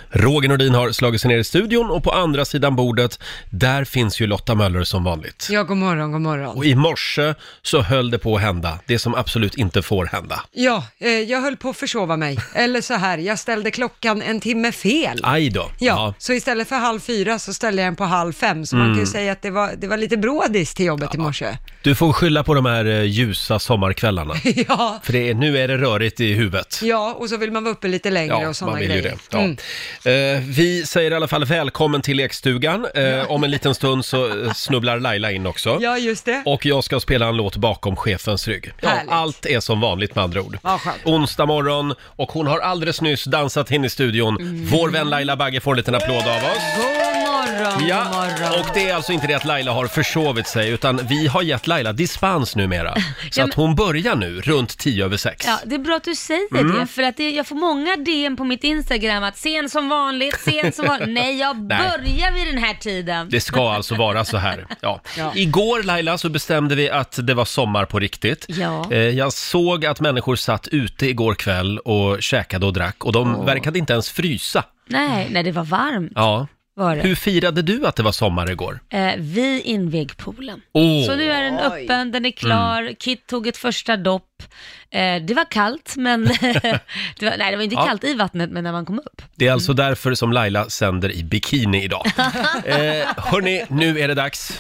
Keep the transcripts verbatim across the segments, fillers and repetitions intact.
Roger Nordin har slagit sig ner i studion och på andra sidan bordet, där finns ju Lotta Möller som vanligt. Ja, god morgon, god morgon. Och i morse så höll det på att hända, det som absolut inte får hända. Ja, eh, jag höll på att försova mig. Eller så här, jag ställde klockan en timme fel. Aj då. Ja, Ja. så istället för halv fyra så ställde jag den på halv fem. Så man kan ju säga att det var, det var lite brådis till jobbet i morse. Du får skylla på de här eh, ljusa sommarkvällarna. Ja. För det är, nu är det rörigt i huvudet. Ja, och så vill man vara uppe lite längre Ja, och sådana man vill grejer. ju det. Ja. Mm. Eh, vi säger i alla fall välkommen till lekstugan. Eh, om en liten stund så eh, snubblar Laila in också. Ja, just det. Och jag ska spela en låt bakom chefens rygg. Ja, Härligt. allt är som vanligt med andra ord. Ja, skönt. Onsdag morgon och hon har alldeles nyss dansat in i studion. Mm. Vår vän Laila Bagge får en liten applåd av oss. God morgon, Ja, god morgon. och det är alltså inte det att Laila har försovit sig, utan vi har gett Laila dispens numera. Så Ja, att hon börjar nu runt tio över sex. Ja, det är bra att du säger Mm. det, för att det, jag får många D M på mitt Instagram att sen som vanligt, sen som vanligt. Nej, jag Nej. börjar vid den här tiden. Det ska alltså vara så här. Ja. Ja. Igår, Laila, så bestämde vi att det var sommar på riktigt. Ja. Eh, Jag såg att människor satt ute igår kväll och käkade och drack och de Åh. verkade inte ens frysa. Nej, nej, det var varmt. Ja. Var det. Hur firade du att det var sommar igår? Eh, vi invig poolen. Åh. Så nu är den öppen, den är klar, Mm. Kit tog ett första dopp. Eh, det var kallt, men det var, nej, det var inte Ja. kallt i vattnet, men när man kom upp. Det är alltså därför som Laila sänder i bikini idag. eh, hörni, nu är det dags.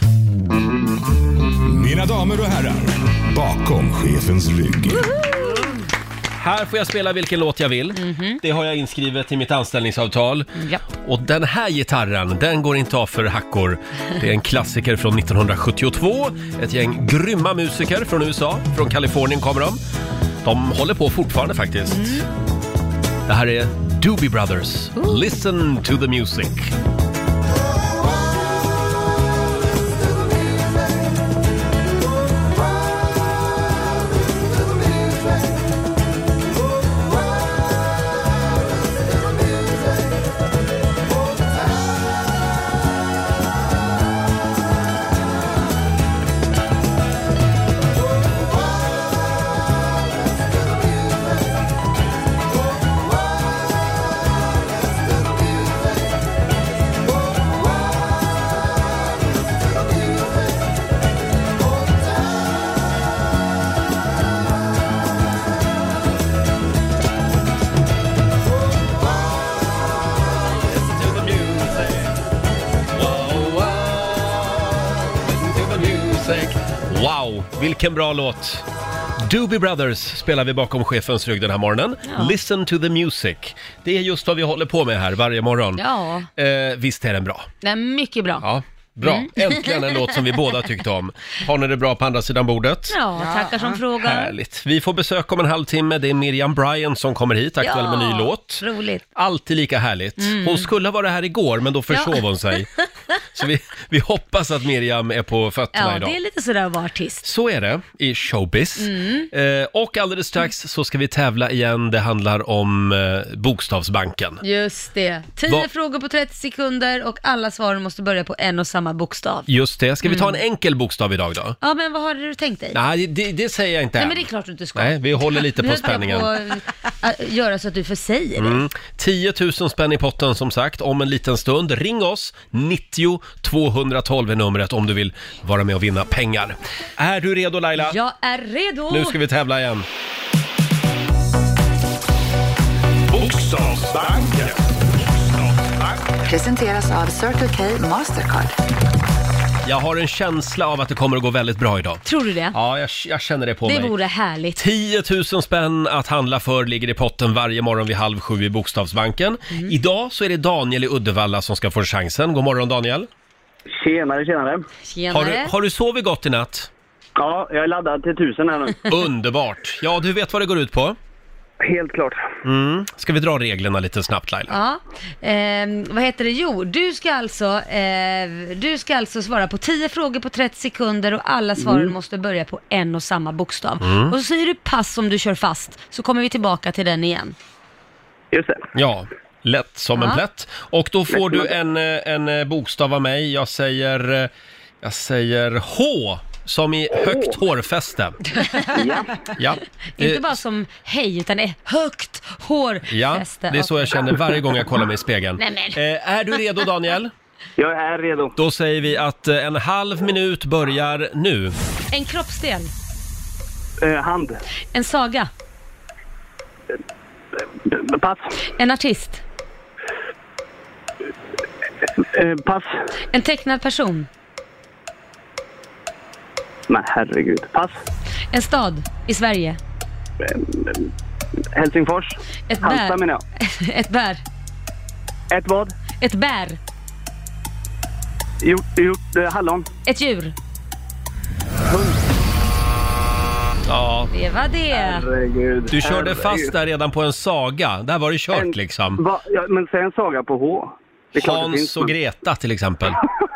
Mina damer och herrar, bakom chefens rygg. Här får jag spela vilken låt jag vill. Mhm. Det har jag inskrivet i mitt anställningsavtal. Ja. Och den här gitarren, den går inte av för hackor. Det är en klassiker från nittonhundrasjuttiotvå. Ett gäng grymma musiker från U S A. Från Kalifornien kommer de. De håller på fortfarande faktiskt. Mm. Det här är Doobie Brothers. Listen to the music. Wow, vilken bra låt! Doobie Brothers spelar vi bakom chefens rygg den här morgonen. Ja. Listen to the music. Det är just vad vi håller på med här varje morgon. Ja, Eh, visst är den bra? det är mycket bra. Ja, bra. Mm. Äntligen en låt som vi båda tyckte om. Har ni det bra på andra sidan bordet? Ja, tackar som frågar. Härligt. Vi får besök om en halvtimme. Det är Miriam Bryant som kommer hit, aktuell med ny låt. Roligt. Alltid lika härligt. Hon skulle vara här igår, men då försov Ja. hon sig. Så vi, vi hoppas att Miriam är på fötterna Ja, idag. det är lite sådär att vara artist. Så är det i showbiz. Mm. Eh, och alldeles strax så ska vi tävla igen. Det handlar om eh, Bokstavsbanken. Just det. tio Va- frågor på trettio sekunder och alla svaren måste börja på en och samma bokstav. Just det. Ska vi ta en Mm. enkel bokstav idag då? Ja, men vad har du tänkt dig? Nej, det, det säger jag inte Nej, än. men det är klart du inte ska. Nej, vi håller lite Nu på höll jag spänningen. på att äh, göra så att du försäger det. Mm. tio tusen spänn i potten som sagt om en liten stund. Ring oss, nittio tvåhundratolv är numret om du vill vara med och vinna pengar. Är du redo Laila? Jag är redo! Nu ska vi tävla igen. Bokstavsbanken. Presenteras av Circle K Mastercard. Jag har en känsla av att det kommer att gå väldigt bra idag. Tror du det? Ja, jag, jag känner det på Det mig. vore härligt. tio tusen spänn att handla för ligger i potten varje morgon vid halv sju i Bokstavsbanken. Mm. Idag så är det Daniel i Uddevalla som ska få chansen. God morgon Daniel. Tjenare, tjenare. Tjenare. Har du, har du sovit gott i natt? Ja, jag är laddad till tusen här nu. Underbart. Ja, du vet vad det går ut på. Helt klart. Mm. Ska vi dra reglerna lite snabbt Laila? Ja, ehm, vad heter det? Jo, du ska alltså, eh, du ska alltså svara på tio frågor på trettio sekunder och alla svaren Mm. måste börja på en och samma bokstav. Mm. Och så säger du pass om du kör fast, så kommer vi tillbaka till den igen. Just det. Ja, lätt som en Ja. plätt. Och då får Lätt du som en, eh, en eh, bokstav av mig. Jag säger, eh, jag säger H. som i högt hårfäste. Ja. Ja. Inte Eh, bara som hej, utan det är högt Ja, hårfäste. det är så jag känner varje gång jag kollar mig i spegeln. Nej, men. Eh, är du redo, Daniel? Jag är redo. Då säger vi att eh, en halv minut börjar nu. En kroppsdel. Eh, hand. En saga. Eh, Pass. En artist. Eh, pass. En tecknad person. Men herregud. Pass. En stad i Sverige. Helsingfors. Ett Halmstad bär. menar jag. Ett bär. Ett vad? Ett bär. Gjort, gjort eh, hallon. Ett djur. Ja, Det var det. Herregud. du körde herregud. fast där redan på en saga. Där var det kört En- liksom. Va, ja, men säg en saga på H. Det är klart det Hans finns, och men- Greta till exempel.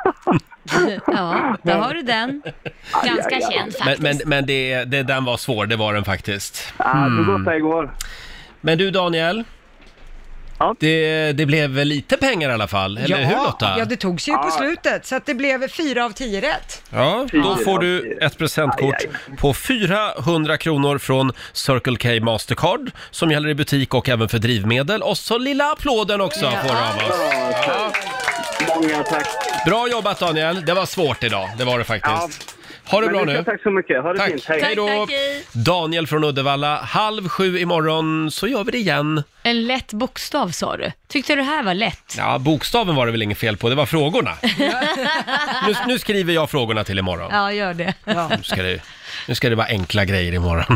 Ja, då har du den. Ganska aj, aj. känd Men, faktiskt. men, men det, det, den var svår, det var den faktiskt. Ah, du gott det igår. Men du Daniel, Ja. det, det blev väl lite pengar i alla fall, eller hur Lotta? Ja, det togs ju på slutet, så att det blev fyra av tio rätt. Ja, då får du ett presentkort Aj, på fyrahundra kronor från Circle K Mastercard som gäller i butik och även för drivmedel. Och så lilla applåden också får du av oss. Ja. Många tack. Bra jobbat Daniel, det var svårt idag, det var det faktiskt. Ha det Men bra lycka, nu. tack så mycket. Ha det Tack. fint. Hej. Hej då. Tack, tack, hej. Daniel från Uddevalla, halv sju imorgon så gör vi det igen. En lätt bokstav sa du. Tyckte du det här var lätt? Ja, bokstaven var det väl inget fel på, det var frågorna. nu, nu skriver jag frågorna till imorgon. Ja, gör det. Nu ska det, nu ska det vara enkla grejer imorgon.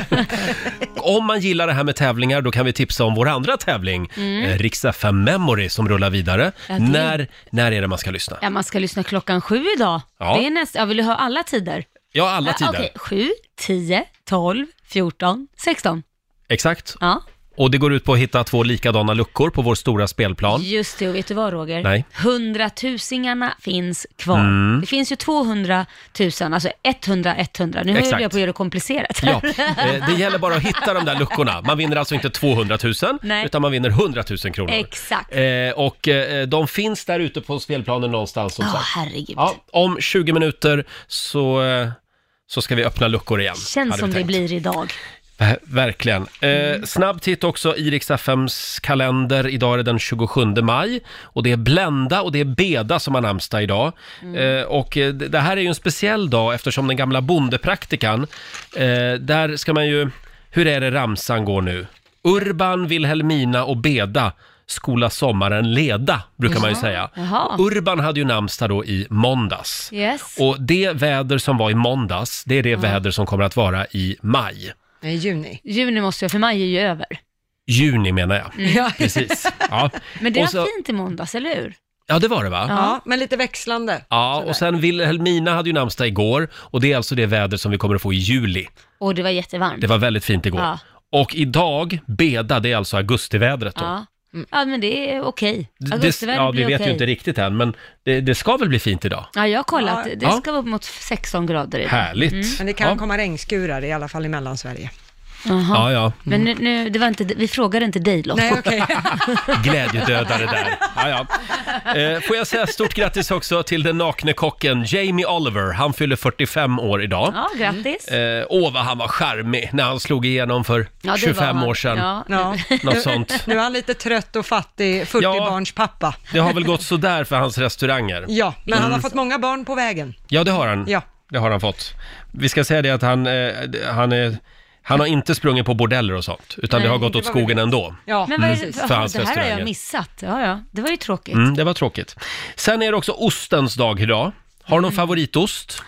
Om man gillar det här med tävlingar då kan vi tipsa om vår andra tävling, mm. eh, Rix F M Memory som rullar vidare. Ja, det- när, när är det man ska lyssna? Ja, man ska lyssna klockan sju idag. Ja. Det är nästa, jag vill du ha alla tider? Ja, alla tider. Ja, okej, sju, tio, tolv, fjorton, sexton. Exakt. Ja, Och det går ut på att hitta två likadana luckor på vår stora spelplan. just det. Och vet du vad Roger? Nej. Hundratusingarna finns kvar. Mm. Det finns ju tvåhundratusen, alltså hundra, hundra. Nu Exakt. höll jag på att göra det komplicerat. Ja, eh, det gäller bara att hitta de där luckorna. Man vinner alltså inte tvåhundratusen Nej. utan man vinner hundratusen kronor. Exakt. Eh, och eh, de finns där ute på spelplanen någonstans som Ja, sagt. herregud. Ja, om tjugo minuter så, eh, så ska vi öppna luckor igen. Känns hade vi som det tänkt. blir idag. Ver- Verkligen. Eh, snabb titt också i Rix F M:s kalender. Idag är det den tjugosjunde maj. Och det är Blenda och det är Beda som har namnsdag idag. Eh, och eh, det det här är ju en speciell dag eftersom den gamla bondepraktikan, eh, där ska man ju... Hur är det ramsan går nu? Urban, Wilhelmina och Beda skola sommaren leda, brukar man ju säga. Jaha. Urban hade ju namnsdag då i måndags. Yes. Och det väder som var i måndags, det är det väder som kommer att vara i maj. I juni. Juni måste jag, för maj är ju över. Juni menar jag. Ja. Precis. Ja. Men det Och var så- fint i måndags, eller hur? Ja, det var det va? Ja. Ja, men lite växlande. och sen Wilhelmina hade ju namnsdag igår och det är alltså det väder som vi kommer att få i juli. Och det var jättevarmt. Det var väldigt fint igår. Ja. Och idag, Beda, det är alltså augustivädret då. Ja. Ja, men det är okej. Det- Augustiväder ja, vi blir vet okej. ju inte riktigt än, men det, det ska väl bli fint idag. Ja, jag har kollat. Ja. Det Ja. ska vara upp mot sexton grader idag. Härligt. Men det kan Ja. komma regnskurar i alla fall i Mellansverige. Jaha. Ja, ja. Men nu, nu, det var inte, vi frågade inte dig Lotta. Nej, okej. Glädjedödare där. Ja, ja. Eh, får jag säga stort grattis också till den nakne kocken Jamie Oliver. Han fyller fyrtiofem år idag. Ja, grattis. Eh, åh, vad han var charmig när han slog igenom för Ja, det tjugofem var han. år sedan. Ja. Ja. Något sånt. Nu är han lite trött och fattig, Ja. fyrtio-barns pappa. Det har väl gått så där för hans restauranger. Ja, men han har fått många barn på vägen. Ja, det har han. Ja. Det har han fått. Vi ska säga det att han, eh, han, är, han har inte sprungit på bordeller och sånt, utan Nej, det har gått det åt var skogen väl- ändå. Ja, Men vad är det, precis. för för hans det här har restauranger. jag missat. Ja, ja. Det var ju tråkigt. Mm, det var tråkigt. Sen är det också ostens dag idag. Har du någon favoritost?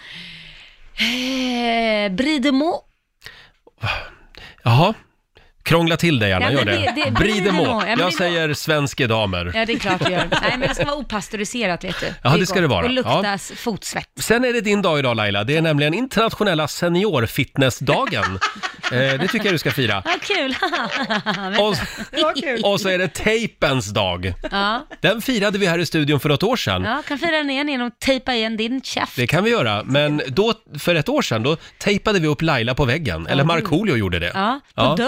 Eh, Bridemo. Jaha. Krångla till det gärna, Ja, gör men det. det- det- Bridemo. Bridemo. Ja, men Jag det- säger svenske damer. Ja, det är klart det gör. Nej, men det ska vara opastöriserat, vet du. Ja, det ska gott. det vara. Och lukta Ja. fotsvett. Sen är det din dag idag Laila. Det är nämligen internationella seniorfitnessdagen. eh, det tycker jag du ska fira. Ja, kul. Och, Det var kul. och så är det tejpens dag. ja. Den firade vi här i studion för något år sedan. ja, kan fira den igen genom att tejpa igen din käft. Det kan vi göra, men då, för ett år sedan, då tejpade vi upp Laila på väggen. Eller Markoolio gjorde det. Ja, på Ja. dörren faktiskt.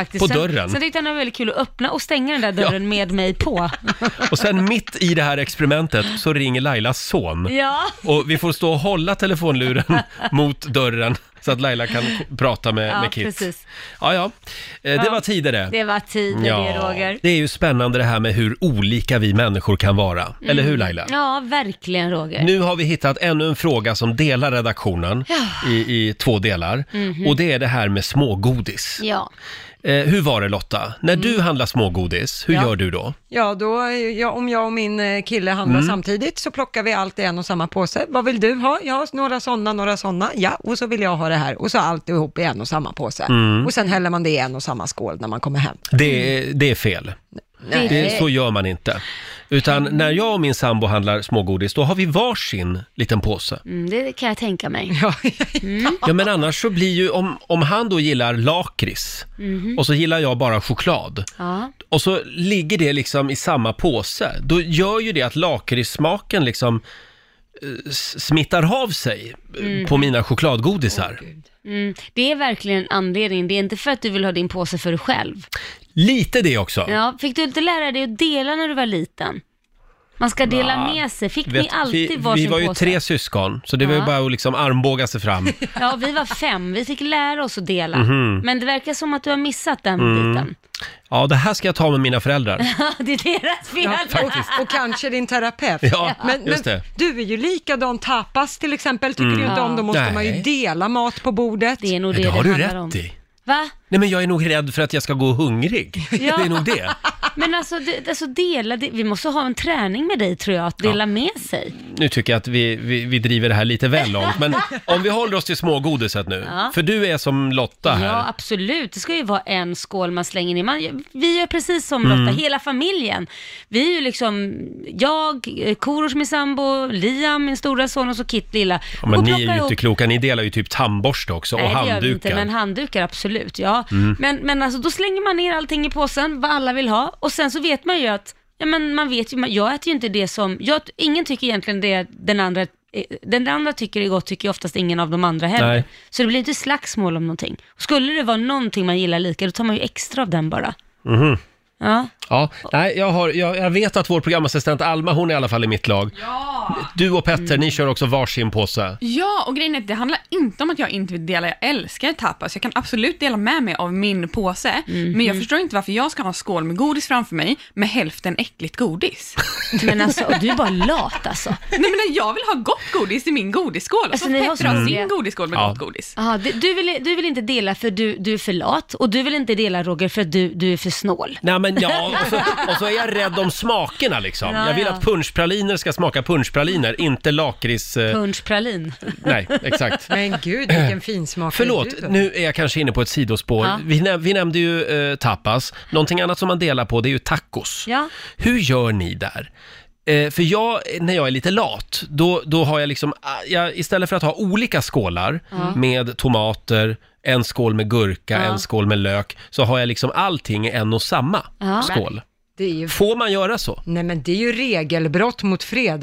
faktiskt. På sen, dörren. Sen tyckte han det var väldigt kul att öppna och stänga den där dörren ja. med mig på. Och sen mitt i det här experimentet så ringer Lailas son. Ja. Och vi får stå och hålla telefonluren mot dörren så att Laila kan k- prata med, Ja, med Kit. precis. Ja, ja. Eh, det Ja. var tidigare. Det var tider Ja, det, Roger. det är ju spännande det här med hur olika vi människor kan vara. Eller hur, Laila? Ja, verkligen, Roger. Nu har vi hittat ännu en fråga som delar redaktionen Ja. i, i två delar. Mhm. Och det är det här med smågodis. Ja. Eh, hur var det, Lotta? När du handlar smågodis, hur Ja. gör du då? Ja, då, ja, om jag och min eh, kille handlar Mm. samtidigt så plockar vi allt i en och samma påse. Vad vill du ha? Ja, några sådana, några sådana. Ja, och så vill jag ha det här. Och så allt ihop i en och samma påse. Mm. Och sen häller man det i en och samma skål när man kommer hem. Det, är- det är fel. Nej. Det, så gör man inte. Utan när jag och min sambo handlar smågodis, då har vi varsin liten påse. Mm, det kan jag tänka mig. Ja, Ja, men annars så blir ju, om, om han då gillar lakrits och så gillar jag bara choklad. Ja. Och så ligger det liksom i samma påse. Då gör ju det att lakritssmaken liksom eh, s- smittar av sig eh, på mina chokladgodisar. Mm, det är verkligen anledningen. Det är inte för att du vill ha din påse för dig själv. Lite det också. Ja, fick du inte lära dig att dela när du var liten? Man ska dela Ja, med sig. Fick ni Vet, alltid vi, varsin vi var ju påse? tre syskon, så det var ju Ja. bara att liksom armbåga sig fram. Ja, vi var fem. Vi fick lära oss att dela. Mhm. Men det verkar som att du har missat den Mm. biten. Ja, det här ska jag ta med mina föräldrar. Det är deras fel. ja, och, och kanske din terapeut. Ja, men, just men det. du är ju likadan, tapas till exempel, tycker Mm. du inte om, då måste Nej. man ju dela mat på bordet. Det är nog Nej, det det har det du handlar om. rätt i. Va? Nej, men jag är nog rädd för att jag ska gå hungrig. Ja. Det är nog det. Men alltså, det, alltså dela, det, vi måste ha en träning med dig, tror jag, att dela med sig. Nu tycker jag att vi, vi, vi driver det här lite väl långt. Men om vi håller oss till smågodiset nu. Ja. För du är som Lotta här. Ja, absolut. Det ska ju vara en skål man slänger ner. Man, vi gör precis som Mm. Lotta, hela familjen. Vi är ju liksom, jag, eh, Korosh min sambo, Liam min stora son och så Kit lilla. Ja, men Och ni är plockar ju ihop- inte kloka. Ni delar ju typ tandborste också och Nej, det gör vi handdukar. inte, men handdukar absolut, ja. Mm. Men, men alltså, då slänger man ner allting i påsen, vad alla vill ha. Och sen så vet man ju att, ja men man vet ju, man- jag äter ju inte det som, jag, ingen tycker egentligen det den andra, eh, den andra tycker är gott, tycker ju oftast ingen av de andra heller. Nej. Så det blir inte slagsmål om någonting. Skulle det vara någonting man gillar lika, då tar man ju extra av den bara. Mhm. Ja. Ja, nej, jag, har, jag, jag vet att vår programassistent Alma, hon är i alla fall i mitt lag. Ja. Du och Petter, ni kör också varsin påse. Ja, och grejen är att det handlar inte om att jag inte vill dela. Jag älskar tapas. Jag kan absolut dela med mig av min påse. Men jag förstår inte varför jag ska ha en skål med godis framför mig med hälften äckligt godis. Men alltså, du är bara lat alltså. Nej, men jag vill ha gott godis i min godisskål. Och Alltså, så ni har Petter har så- sin godisskål med Ja. gott godis. Aha, du, du, vill, du vill inte dela för du, du är för lat, och du vill inte dela, Roger, för att du, du är för snål. Nej, men ja, och så, och så är jag rädd om smakerna liksom. Ja, Jag vill ja. att punschpraliner ska smaka punschpraliner, inte lakrits... Eh, Punschpralin. nej, exakt. Men gud, vilken fin smak. Förlåt, du då? nu är jag kanske inne på ett sidospår. Ja. Vi, näm- vi nämnde ju eh, tapas. Någonting annat som man delar på, det är ju tacos. Ja. Hur gör ni där? Eh, för jag, när jag är lite lat, då, då har jag liksom, ah, jag, istället för att ha olika skålar med tomater, en skål med gurka, Ja. en skål med lök, så har jag liksom allting i en och samma Ja. skål. Det är ju... Får man göra så? Nej, men det är ju regelbrott mot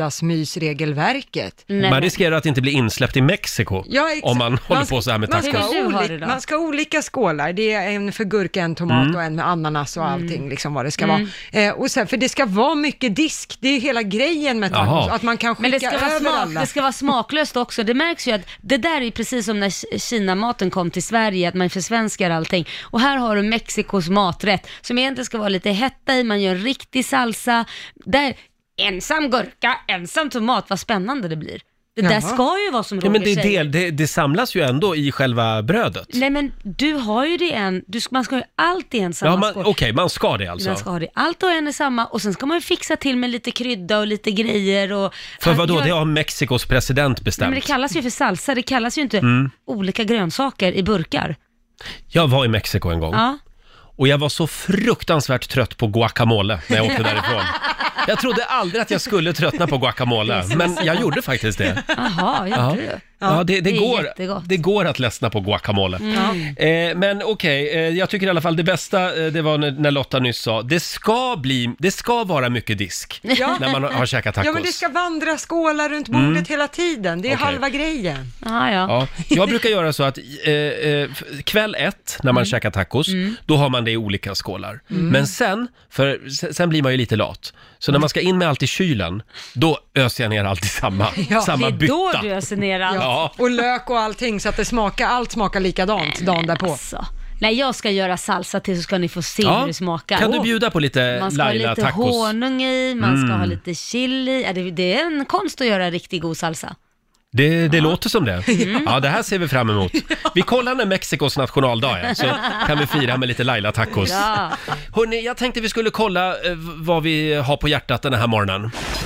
fredagsmysregelverket. Nej, Man men- riskerar att inte bli insläppt i Mexiko Ja, exakt. om man håller ska- på så här med man tacos. ska, Hur vill ha du ha oli- det då? man ska ha olika skålar. Det är en för gurka, en tomat Mm. och en med ananas och allting, liksom vad det ska Mm. vara. Eh, och sen, för det ska vara mycket disk. Det är hela grejen med tacos. Jaha. Att man kan Men det skicka ska, vara över smak, alla. det ska vara smaklöst också. Det märks ju att det där är precis som när Ki- Kina-maten kom till Sverige, att man försvenskar allting. Och här har du Mexikos maträtt som egentligen ska vara lite hetta i, man gör en riktig salsa. Där, ensam gurka, ensam tomat, vad spännande det blir. Det där Jaha. ska ju vara som Ja, Roger men det, är säger. del, det, det samlas ju ändå i själva brödet. Nej, men du har ju det en, du, ska- man ska ju alltid en samma Ja, man, skål. okej, man ska det alltså. Man ska ha det. Allt och en är samma, och sen ska man ju fixa till med lite krydda och lite grejer. Och, För vad då? Jag- Det har Mexikos president Nej, bestämt. men det kallas ju för salsa, det kallas ju inte Mm. olika grönsaker i burkar. Jag var i Mexiko en gång. Ja. Och jag var så fruktansvärt trött på guacamole när jag åkte därifrån. Jag trodde aldrig att jag skulle tröttna på guacamole, men jag gjorde faktiskt det. Jaha, gjorde Ja. du? Ja, det, det, det är går, jättegott. det går att ledsna på guacamole. Mm. Eh, men okej, okay, eh, jag tycker i alla fall det bästa, eh, det var när, när Lotta nyss sa, det ska bli, det ska vara mycket disk Ja. när man har, har käkat tacos. Ja, men det ska vandra skålar runt bordet Mm. hela tiden. Det är Okej. halva grejen. Ah, ja. Ja, jag brukar göra så att eh, eh, kväll ett, när man Mm. käkar tacos, Mm. då har man det i olika skålar. Mm. Men sen, för sen- sen blir man ju lite lat. Så när man ska in med allt i kylen, då öser jag ner allt i samma, Ja, samma Det är då bytta. du öser ner allt. Ja. Och lök och allting så att det smakar, allt smakar likadant dagen därpå. Alltså. Nej, jag ska göra salsa till så ska ni få se Ja. hur det smakar. Kan du bjuda på lite Man ska ha lite Laila-tacos? honung i, man ska Mm. ha lite chili. Ja, det, det är en konst att göra riktigt god salsa. Det, det låter som det. Ja, det här ser vi fram emot. Vi kollar när Mexikos nationaldag är, så kan vi fira med lite Laila-tacos. Ja. Hörrni, jag tänkte vi skulle kolla eh, vad vi har på hjärtat den här morgonen.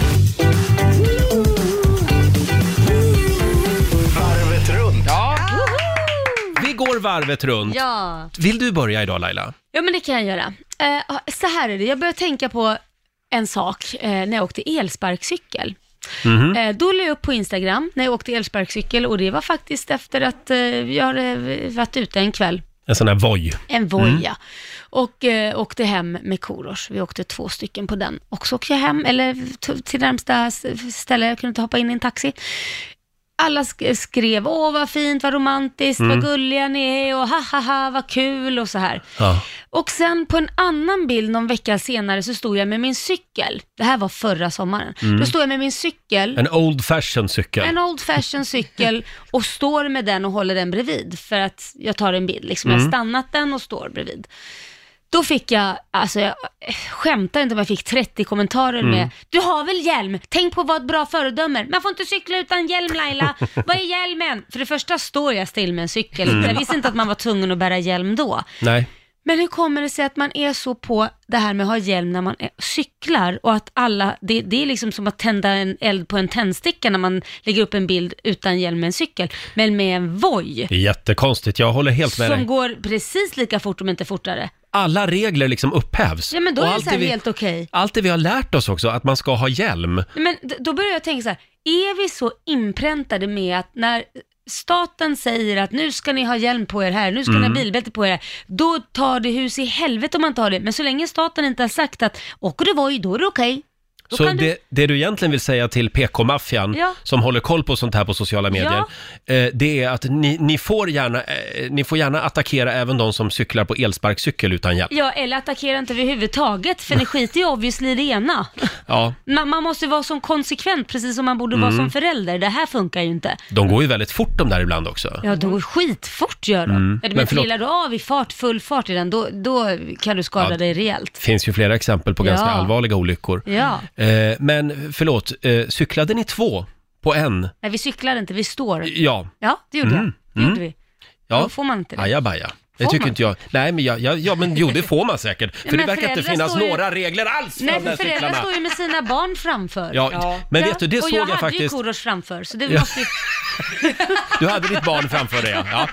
Varvet runt. Ja. Vi går varvet runt. Ja. Vill du börja idag, Laila? Ja, men det kan jag göra. Eh, så här är det, jag började tänka på en sak eh, när jag åkte elsparkcykel. Mhm. Eh, då la jag upp på Instagram när jag åkte elsparkcykel och det var faktiskt efter att eh, jag hade varit ute en kväll. En sån här voj. En voja. Mm. Och eh, åkte hem med Korosh. Vi åkte två stycken på den. Och så åkte jag hem, eller t- till närmsta s- ställe, jag kunde inte hoppa in i en taxi. Alla sk- skrev, åh vad fint, vad romantiskt, Mm. vad gulliga ni är och ha ha ha, vad kul och så här. Ja. Och sen på en annan bild någon vecka senare så stod jag med min cykel. Det här var förra sommaren. Mm. Då stod jag med min cykel. En old fashion cykel. En old fashion cykel och står med den och håller den bredvid för att jag tar en bild. Liksom. Jag har Mm. stannat den och står bredvid. Då fick jag, alltså jag skämtar inte om jag fick trettio kommentarer Mm. med, du har väl hjälm? Tänk på att vara ett bra föredöme. Man får inte cykla utan hjälm, Laila. Vad är hjälmen? För det första står jag still med en cykel. Mm. Jag visste inte att man var tvungen att bära hjälm då. Nej. Men hur kommer det sig att man är så på det här med att ha hjälm när man är, cyklar och att alla, det, det är liksom som att tända en eld på en tändsticka när man lägger upp en bild utan hjälm med en cykel, men med en voj Det är jättekonstigt, jag håller helt med som dig. går precis lika fort om inte fortare. Alla regler liksom upphävs. Ja, men då Och är det allt så här vi, helt okej. allt det vi har lärt oss också, att man ska ha hjälm. Men d- då börjar jag tänka så här, är vi så inpräntade med att när staten säger att nu ska ni ha hjälm på er här, nu ska Mm. ni ha bilbälte på er här, då tar det hus i helvete om man tar det. Men så länge staten inte har sagt att åker du voj, då är det okej. Då Så kan du- det, det du egentligen vill säga till P K-maffian, Ja. som håller koll på sånt här på sociala medier, eh, det är att ni, ni, får gärna, eh, ni får gärna attackera även de som cyklar på elsparkcykel utan hjälp. Ja, eller attackera inte överhuvudtaget, för ni skiter ju obviously i det ena. Ja, Man, man måste vara som konsekvent, precis som man borde Mm. vara som förälder. Det här funkar ju inte. de går ju väldigt fort de där ibland också. Ja, då går skitfort gör de. Mm. Men, Men men förlåt. trillar du av i fart, full fart i den, då, då kan du skada Ja. dig rejält. Det finns ju flera exempel på ganska Ja. allvarliga olyckor. Ja. Eh, men förlåt, eh, cyklade ni två på en? Nej, vi cyklar inte, vi står. Ja. Ja, det gjorde Mm. jag. Det Mm. gjorde vi. Ja. Då får man inte det. Ajabaja. Det Får tycker man? inte jag. Nej, men, jag, jag, ja, men jo, det får man säkert. För Men det verkar inte föräldrar finnas står ju- några regler alls för Nej, de där för föräldrar cyklarna. står ju med sina barn framför. Ja, men vet du, det och såg jag jag hade faktiskt. ju Korosh framför, så det Ja. måste ju... Du hade ditt barn framför dig, ja. ja.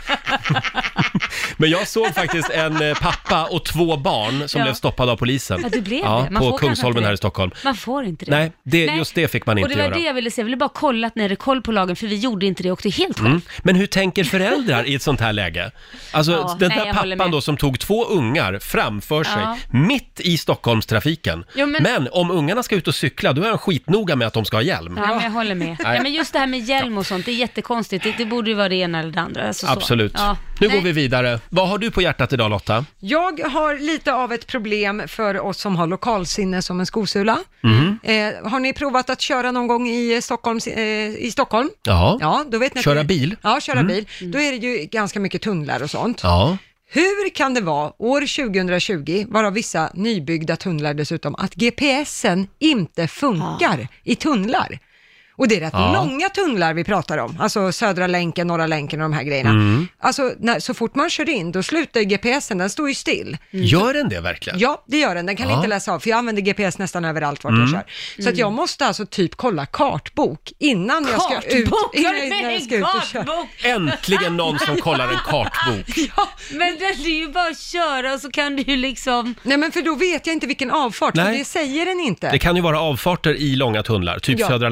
Men jag såg faktiskt en eh, pappa och två barn som Ja. blev stoppade av polisen. Ja, det blev ja, det. Man får på kanske Kungsholmen inte här det. i Stockholm. Man får inte det. Nej, det, just det fick man Och inte det var göra. det jag ville säga, jag ville bara kolla att ni hade koll på lagen, för vi gjorde inte det och åkte helt själv. Mm. Men hur tänker föräldrar i ett sånt här läge? Alltså Ja, den nej, där jag håller pappan med. då som tog två ungar framför sig Ja. mitt i Stockholmstrafiken. Jo, men... men- om ungarna ska ut och cykla, då är han skitnoga med att de ska ha hjälm. Ja, men jag håller med. Nej. Ja, men just det här med hjälm och sånt, det är jättekonstigt. Det, det borde ju vara det ena eller det andra. Alltså, så. Absolut. Ja. Nu Nej. går vi vidare. Vad har du på hjärtat idag, Lotta? Jag har lite av ett problem för oss som har lokalsinne som en skosula. Mhm. Eh, har ni provat att köra någon gång i, Stockholms, eh, i Stockholm? Ja. Ja, då vet ni att Köra det, bil? Ja, köra Mm. bil. Då är det ju ganska mycket tunnlar och sånt. Ja. Hur kan det vara år tjugohundratjugo, varav vissa nybyggda tunnlar dessutom, att G P S'en inte funkar i tunnlar? Och det är rätt Ja. långa tunnlar vi pratar om, alltså södra länken, norra länken och de här grejerna. Mm. Alltså när, så fort man kör in, då slutar ju G P S'en, den står ju still. Gör den det verkligen? Ja, det gör den. Den kan Ja. inte läsa av, för jag använder G P S nästan överallt vart Mm. jag kör. Så att jag måste alltså typ kolla kartbok innan jag ska ut, Kartbok? innan, Har du innan med jag en ska ut och köra. kartbok? Äntligen någon som kollar en kartbok. Ja. Men det är ju bara att köra och så kan du ju liksom... Nej, men för då vet jag inte vilken avfart, för Nej. det säger den inte. Det kan ju vara avfarter i långa tunnlar, typ Ja. Södra länken här i Ja,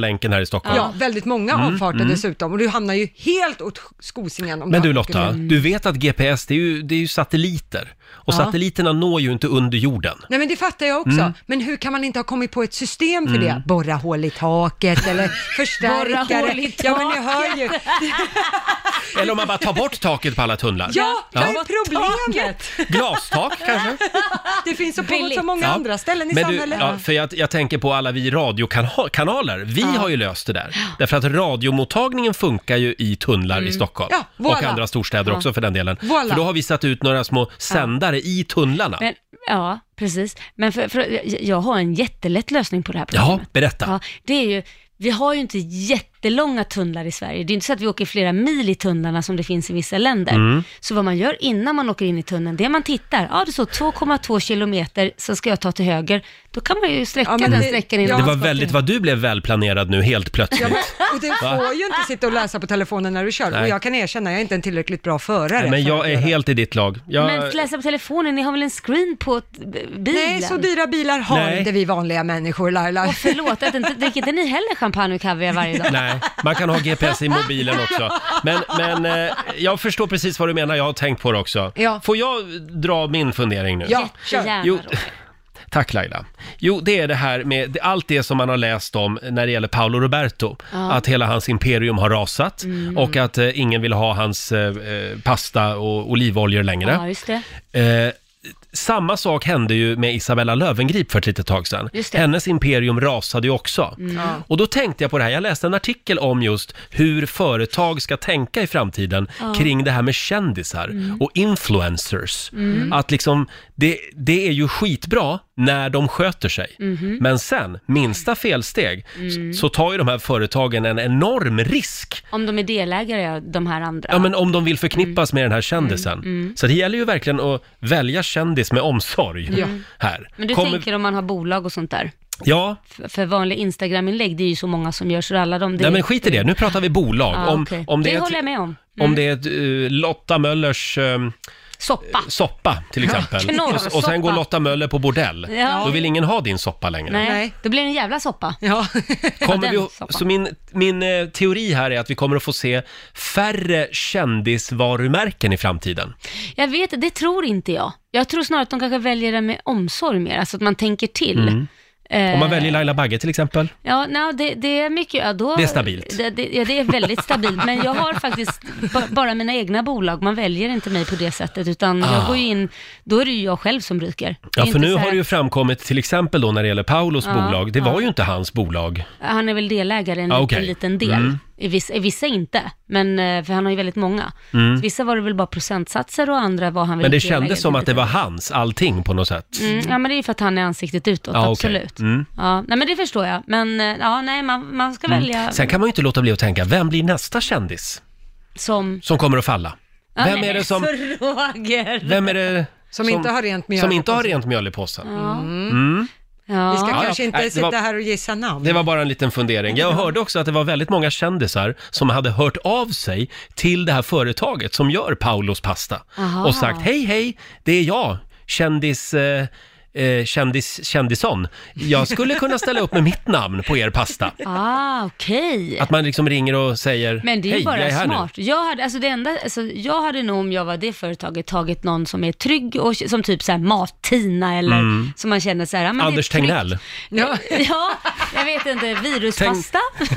Stockholm. Ja, väldigt många Mm, avfarter mm. dessutom. Och du hamnar ju helt åt skosingen. Om Men du har- Lotta, du vet att G P S det är ju, det är ju satelliter. Och Ja. satelliterna når ju inte under jorden. Nej, men det fattar jag också. Mm. Men hur kan man inte ha kommit på ett system för Mm. det? Borra hål i taket eller förstärkare. Borra hål i Ja, men ni hör ju. Eller om man bara tar bort taket på alla tunnlar. Ja, vad Ja. är problemet? Glastak kanske? Det finns så på Billigt. så många Ja. andra ställen i Men du, samhället. ja, för jag, jag tänker på alla vi radiokanaler. Vi har ju löst det där. Därför att radiomottagningen funkar ju i tunnlar i Stockholm. Ja, och voilà. andra storstäder Ja. också för den delen. Voilà. För då har vi satt ut några små sändare i tunnlarna. Men, ja, precis. Men för, för, jag- jag har en jättelätt lösning på det här Ja, problemet. berätta. Ja, det är ju, vi har ju inte jättelånga tunnlar i Sverige. Det är inte så att vi åker flera mil i tunnlarna som det finns i vissa länder. Mm. Så vad man gör innan man åker in i tunneln, det är man tittar. Ja, det står två komma två kilometer, så ska jag ta till höger. Då kan man ju sträcka Ja, men den det- sträckan innan ja, Det man var ska väldigt till- vad du blev välplanerad nu helt plötsligt. Ja, men, och det får ju inte sitta och läsa på telefonen när du kör. Nej. Och jag kan erkänna, jag är inte en tillräckligt bra förare. Nej, men för jag att är göra. helt i ditt lag. Jag... Men läsa på telefonen, ni har väl en screen på t- b- bilen? Nej, så dyra bilar har Nej. inte vi vanliga människor, Laila. Och förlåt, att inte, dricker inte ni heller champagne och kaviar varje dag? Nej, man kan ha G P S i mobilen också. Men, men eh, jag förstår precis vad du menar, jag har tänkt på det också. Ja. Får jag dra min fundering nu? Ja, kör. Jättegärna, Jo, Roger. tack Laila. Jo, det är det här med det- allt det som man har läst om när det gäller Paolo Roberto. Ja. Att hela hans imperium har rasat och att eh, ingen vill ha hans eh, eh, pasta och olivoljor längre. Ja, just det. Eh, samma sak hände ju med Isabella Löwengrip för ett litet tag sedan. Just det. Hennes imperium rasade ju också. Och då tänkte jag på det här, jag läste en artikel om just hur företag ska tänka i framtiden kring det här med kändisar och influencers. Att liksom, det, det är ju skitbra när de sköter sig. Men sen, minsta felsteg, s- så tar ju de här företagen en enorm risk. Om de är delägare, de här andra. Ja, men om de vill förknippas med den här kändisen. Så det gäller ju verkligen att välja kändis med omsorg Ja. här. Men du Kommer- tänker om man har bolag och sånt där? Ja, För, för vanliga Instagram-inlägg, det är ju så många som gör, så alla de... Det, nej men skit i det. Nu pratar vi bolag. Ja, om, okej. om det, det är håller jag ett, med om. om det är ett, uh, Lotta Möllers um, Soppa. soppa till exempel. knorrsoppa. Och sen går Lotta Möller på bordell. Ja. Då vill ingen ha din soppa längre. Nej, Nej. då blir det en jävla soppa. Ja. Kommer den vi, soppan. så min, min eh, teori här är att vi kommer att få se färre kändisvarumärken i framtiden. Jag vet, det tror inte jag. Jag tror snarare att de kanske väljer det med omsorg mer, alltså att man tänker till. Mm. Eh, Om man väljer Laila Bagge till exempel. Ja, no, det, det är mycket, ja, då, Det är stabilt. Det, det, ja, det är väldigt stabilt, men jag har faktiskt ba, bara mina egna bolag, man väljer inte mig på det sättet, utan Ah. jag går in, då är det ju jag själv som ryker. Det är Ja, för inte nu så här- har det ju framkommit till exempel då när det gäller Paulos Ja, bolag. Det var ja. ju inte hans bolag. Han är väl delägare i en Ah, liten, okej. liten del. Mm. I, vissa, I vissa inte, men eh, för han har ju väldigt många. Mm. Så vissa var det väl bara procentsatser och andra var han väl Men det delägare kändes som i att det var lite. hans allting på något sätt. Mm, ja, men det är ju för att han är ansiktet utåt, Ja, okej. absolut. Mm. Ja, nej men det förstår jag. Men eh, ja, nej, man, man ska välja Sen kan man ju inte låta bli att tänka, vem blir nästa kändis som... som kommer att falla? Ja, Vem nej, är det som... så Roger. Vem är det Som inte har rent mjöl Som i inte har påsen. rent mjöl i påsen? Ja. Mm. Ja. Vi ska Ja, kanske ja. inte Nej, det sitta var- här och gissa namn. Det var bara en liten fundering. Jag hörde också att det var väldigt många kändisar som hade hört av sig till det här företaget som gör Paulos pasta. Aha. Och sagt, hej hej, det är jag, kändis... Eh, Eh, kändis, kändison. Jag skulle kunna ställa upp med mitt namn på er pasta. Ah, okej. Att man liksom ringer och säger, Men det är ju hej, jag bara är här nu. smart. Jag hade, alltså det enda, alltså jag hade nog om jag var det företaget tagit någon som är trygg och som typ så här Mat-Tina eller som man känner så här, ja, men det är Anders tryggt. Tegnell. Ja. ja, jag vet inte, viruspasta?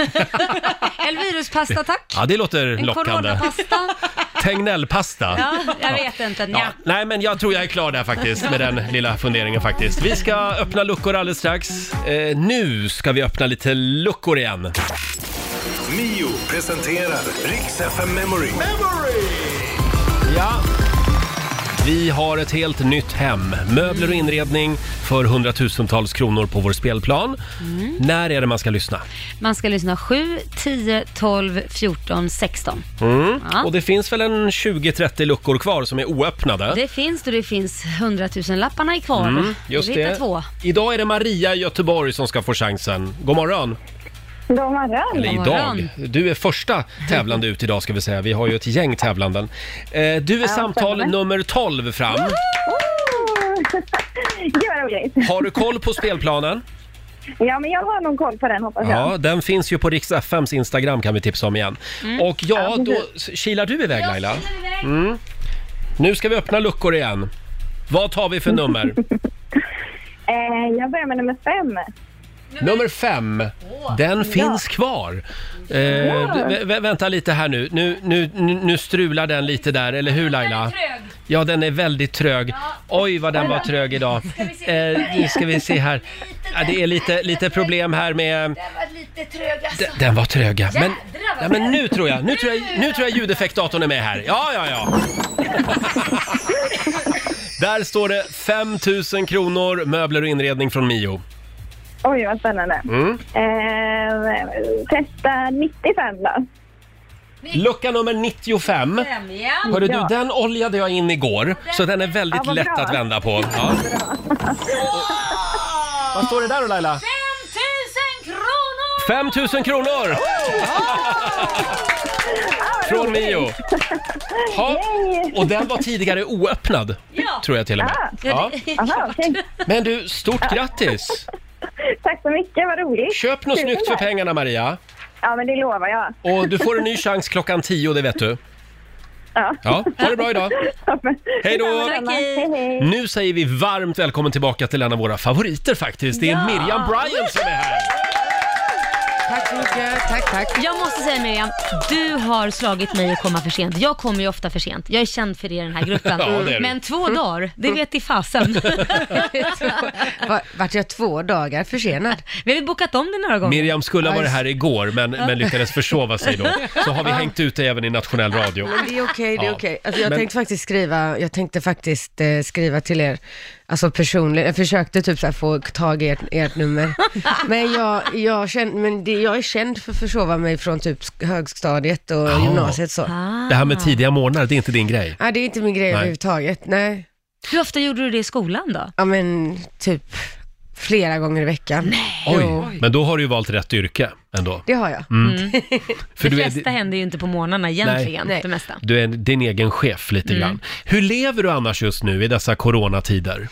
Eller viruspasta tack? Ja, det låter En lockande. coronapasta? Tegnellpasta. Ja, jag vet inte. Ja, Ja. nej, men jag tror jag är klar där faktiskt med den lilla funderingen faktiskt. Vi ska öppna luckor alldeles strax. Eh, nu ska vi öppna lite luckor igen. Mio presenterar Rix F M Memory. Ja. Vi har ett helt nytt hem. Möbler och inredning för hundratusentals kronor på vår spelplan. När är det man ska lyssna? Man ska lyssna sju, tio, tolv, fjorton, sexton. Mm. Ja. Och det finns väl en tjugo trettio luckor kvar som är oöppnade. Det finns då, det finns hundratusen lapparna är kvar. Mm, just Vi hittar det. två. Idag är det Maria i Göteborg som ska få chansen. God morgon. God morgon. Eller God idag. morgon. Du är första tävlande ut idag ska vi säga. Vi har ju ett gäng tävlanden. Eh, du är samtal spännande. nummer tolv fram. Oh. Gud vad roligt. Har du koll på spelplanen? Ja, men jag har någon koll på den, hoppas jag. Ja, den finns ju på Rix F M:s Instagram, kan vi tipsa om igen. Mm. Och ja, då kilar du iväg, Laila. Mm. Nu ska vi öppna luckor igen. Vad tar vi för nummer? eh, jag börjar med nummer fem. Nummer fem, den ja. finns kvar. Eh, ja. vä- vänta lite här nu. Nu, nu. Nu strular den lite där, eller hur Laila? Ja, den är väldigt trög. Ja. Oj, vad den var trög idag. Eh, nu ska vi se här. Ja, det är lite, lite problem här med... Den var lite trög alltså. Den, den var trög, ja. Men, ja, men nu tror jag, nu tror jag, nu tror jag ljudeffektdatorn är med här. Ja, ja, ja. Där står det fem tusen kronor, möbler och inredning från Mio. Oj, vad spännande. Mm. Eh, testa nittiofem då. Lucka nummer nittiofem. Ja. Hörde du, den oljade jag in igår, så den är väldigt ja, lätt bra. att vända på. Ja. Vad står det där då, Laila? fem tusen kronor! fem tusen kronor! Från Mio. Ha. Och den var tidigare oöppnad, ja. tror jag till och med. Ja. Aha, okay. Men du, stort grattis! Tack så mycket, vad roligt. Köp något snyggt för pengarna, Maria. Ja, men det lovar jag. Och du får en ny chans klockan tio, det vet du. Ja. Ja, ha det bra idag. Hej då! Nu säger vi varmt välkommen tillbaka till en av våra favoriter faktiskt. Det är ja. Miriam Bryant som är här. Tack så mycket, tack, tack. Jag måste säga Miriam, du har slagit mig att komma för sent. Jag kommer ju ofta för sent. Jag är känd för det i den här gruppen. Ja, det är Men två dagar, det vet i fasen. Vart jag två dagar försenad? Vi har bokat om det några gånger. Miriam skulle ha varit här igår, men, men lyckades försova sig då. Så har vi hängt ut det även i nationell radio. Men det är okej, det är Ja. okej. Alltså jag Men- tänkte faktiskt skriva, jag tänkte faktiskt eh, skriva till er, alltså personligen. Jag försökte typ så här få tag i ert, ert nummer. Men jag, jag, kände, men det, jag är känd för att försova mig från typ högstadiet och Ja. gymnasiet så. Ah. Det här med tidiga morgnar, det är inte din grej. Nej, det är inte min grej Nej. överhuvudtaget, nej. Hur ofta gjorde du det i skolan då? Ja men typ flera gånger i veckan. Oj, Jo, men då har du ju valt rätt yrke ändå. det har jag. Mm. För det du är, flesta händer ju inte på morgnarna egentligen, Nej. det mesta. du är din egen chef lite Mm. grann. Hur lever du annars just nu i dessa coronatider?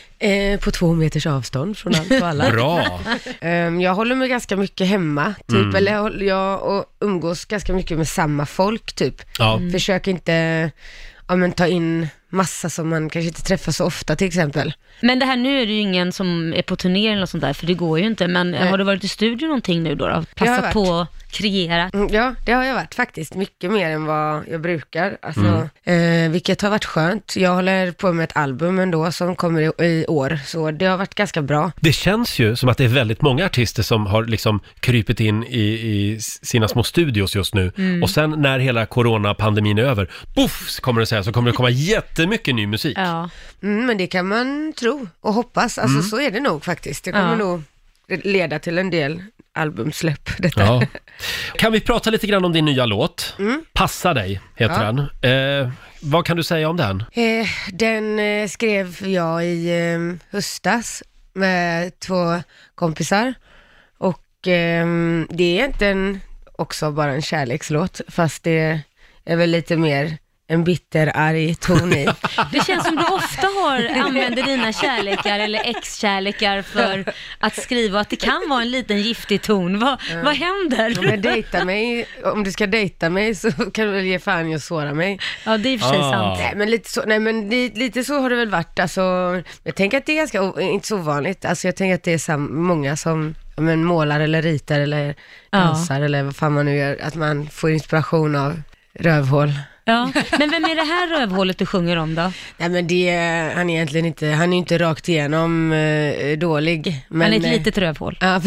Eh, på två meters avstånd från allt och alla. Bra! Um, jag håller mig ganska mycket hemma, typ, Mm. eller jag, håller- jag och umgås ganska mycket med samma folk, typ. Ja. Försöker inte, ja, men, ta in massa som man kanske inte träffar så ofta, till exempel. Men det här, nu är det ju ingen som är på turné eller något sånt där, för det går ju inte. Men Nej. har du varit i studion någonting nu då? då? Jag har Passa varit. på att kreera. Mm, ja, det har jag varit faktiskt, mycket mer än vad jag brukar, alltså, Mm. eh, vilket har varit skönt. Jag håller på med ett album ändå som kommer i, i år, så det har varit ganska bra. Det känns ju som att det är väldigt många artister som har liksom krypit in i, i sina små studios just nu. Mm. Och sen när hela coronapandemin är över, puff, kommer det säga, så kommer det komma jättemycket ny musik. Ja. Mm, men det kan man tro och hoppas, alltså Mm. så är det nog faktiskt. Det kommer Ja. nog leda till en del albumsläpp, detta. Ja. Kan vi prata lite grann om din nya låt? Mm. Passa dig, heter Ja. den. Eh, vad kan du säga om den? Eh, den eh, skrev jag i eh, höstas med två kompisar och eh, det är egentligen också bara en kärlekslåt, fast det är väl lite mer en bitter, arg ton i. Det känns som du ofta har använder dina kärlekar eller ex-kärlekar för att skriva att det kan vara en liten giftig ton. Vad, Ja. vad händer? Om, jag dejtar mig, om du ska dejta mig så kan du väl ge fan i att såra mig. Ja, det är i och för sig Ah. sant. Nej, men lite så, nej, men det, lite så har det väl varit. Alltså, jag tänker att det är ganska o, inte så ovanligt. Alltså, jag tänker att det är sam, många som ja, men, målar eller ritar eller Ja. dansar eller vad fan man nu gör. Att man får inspiration av rövhål. Ja. Men vem är det här rövhålet du sjunger om då? Nej, men det, han är egentligen inte, han är inte rakt igenom eh, dålig. Men, Han är ett eh, litet rövhål. Ja,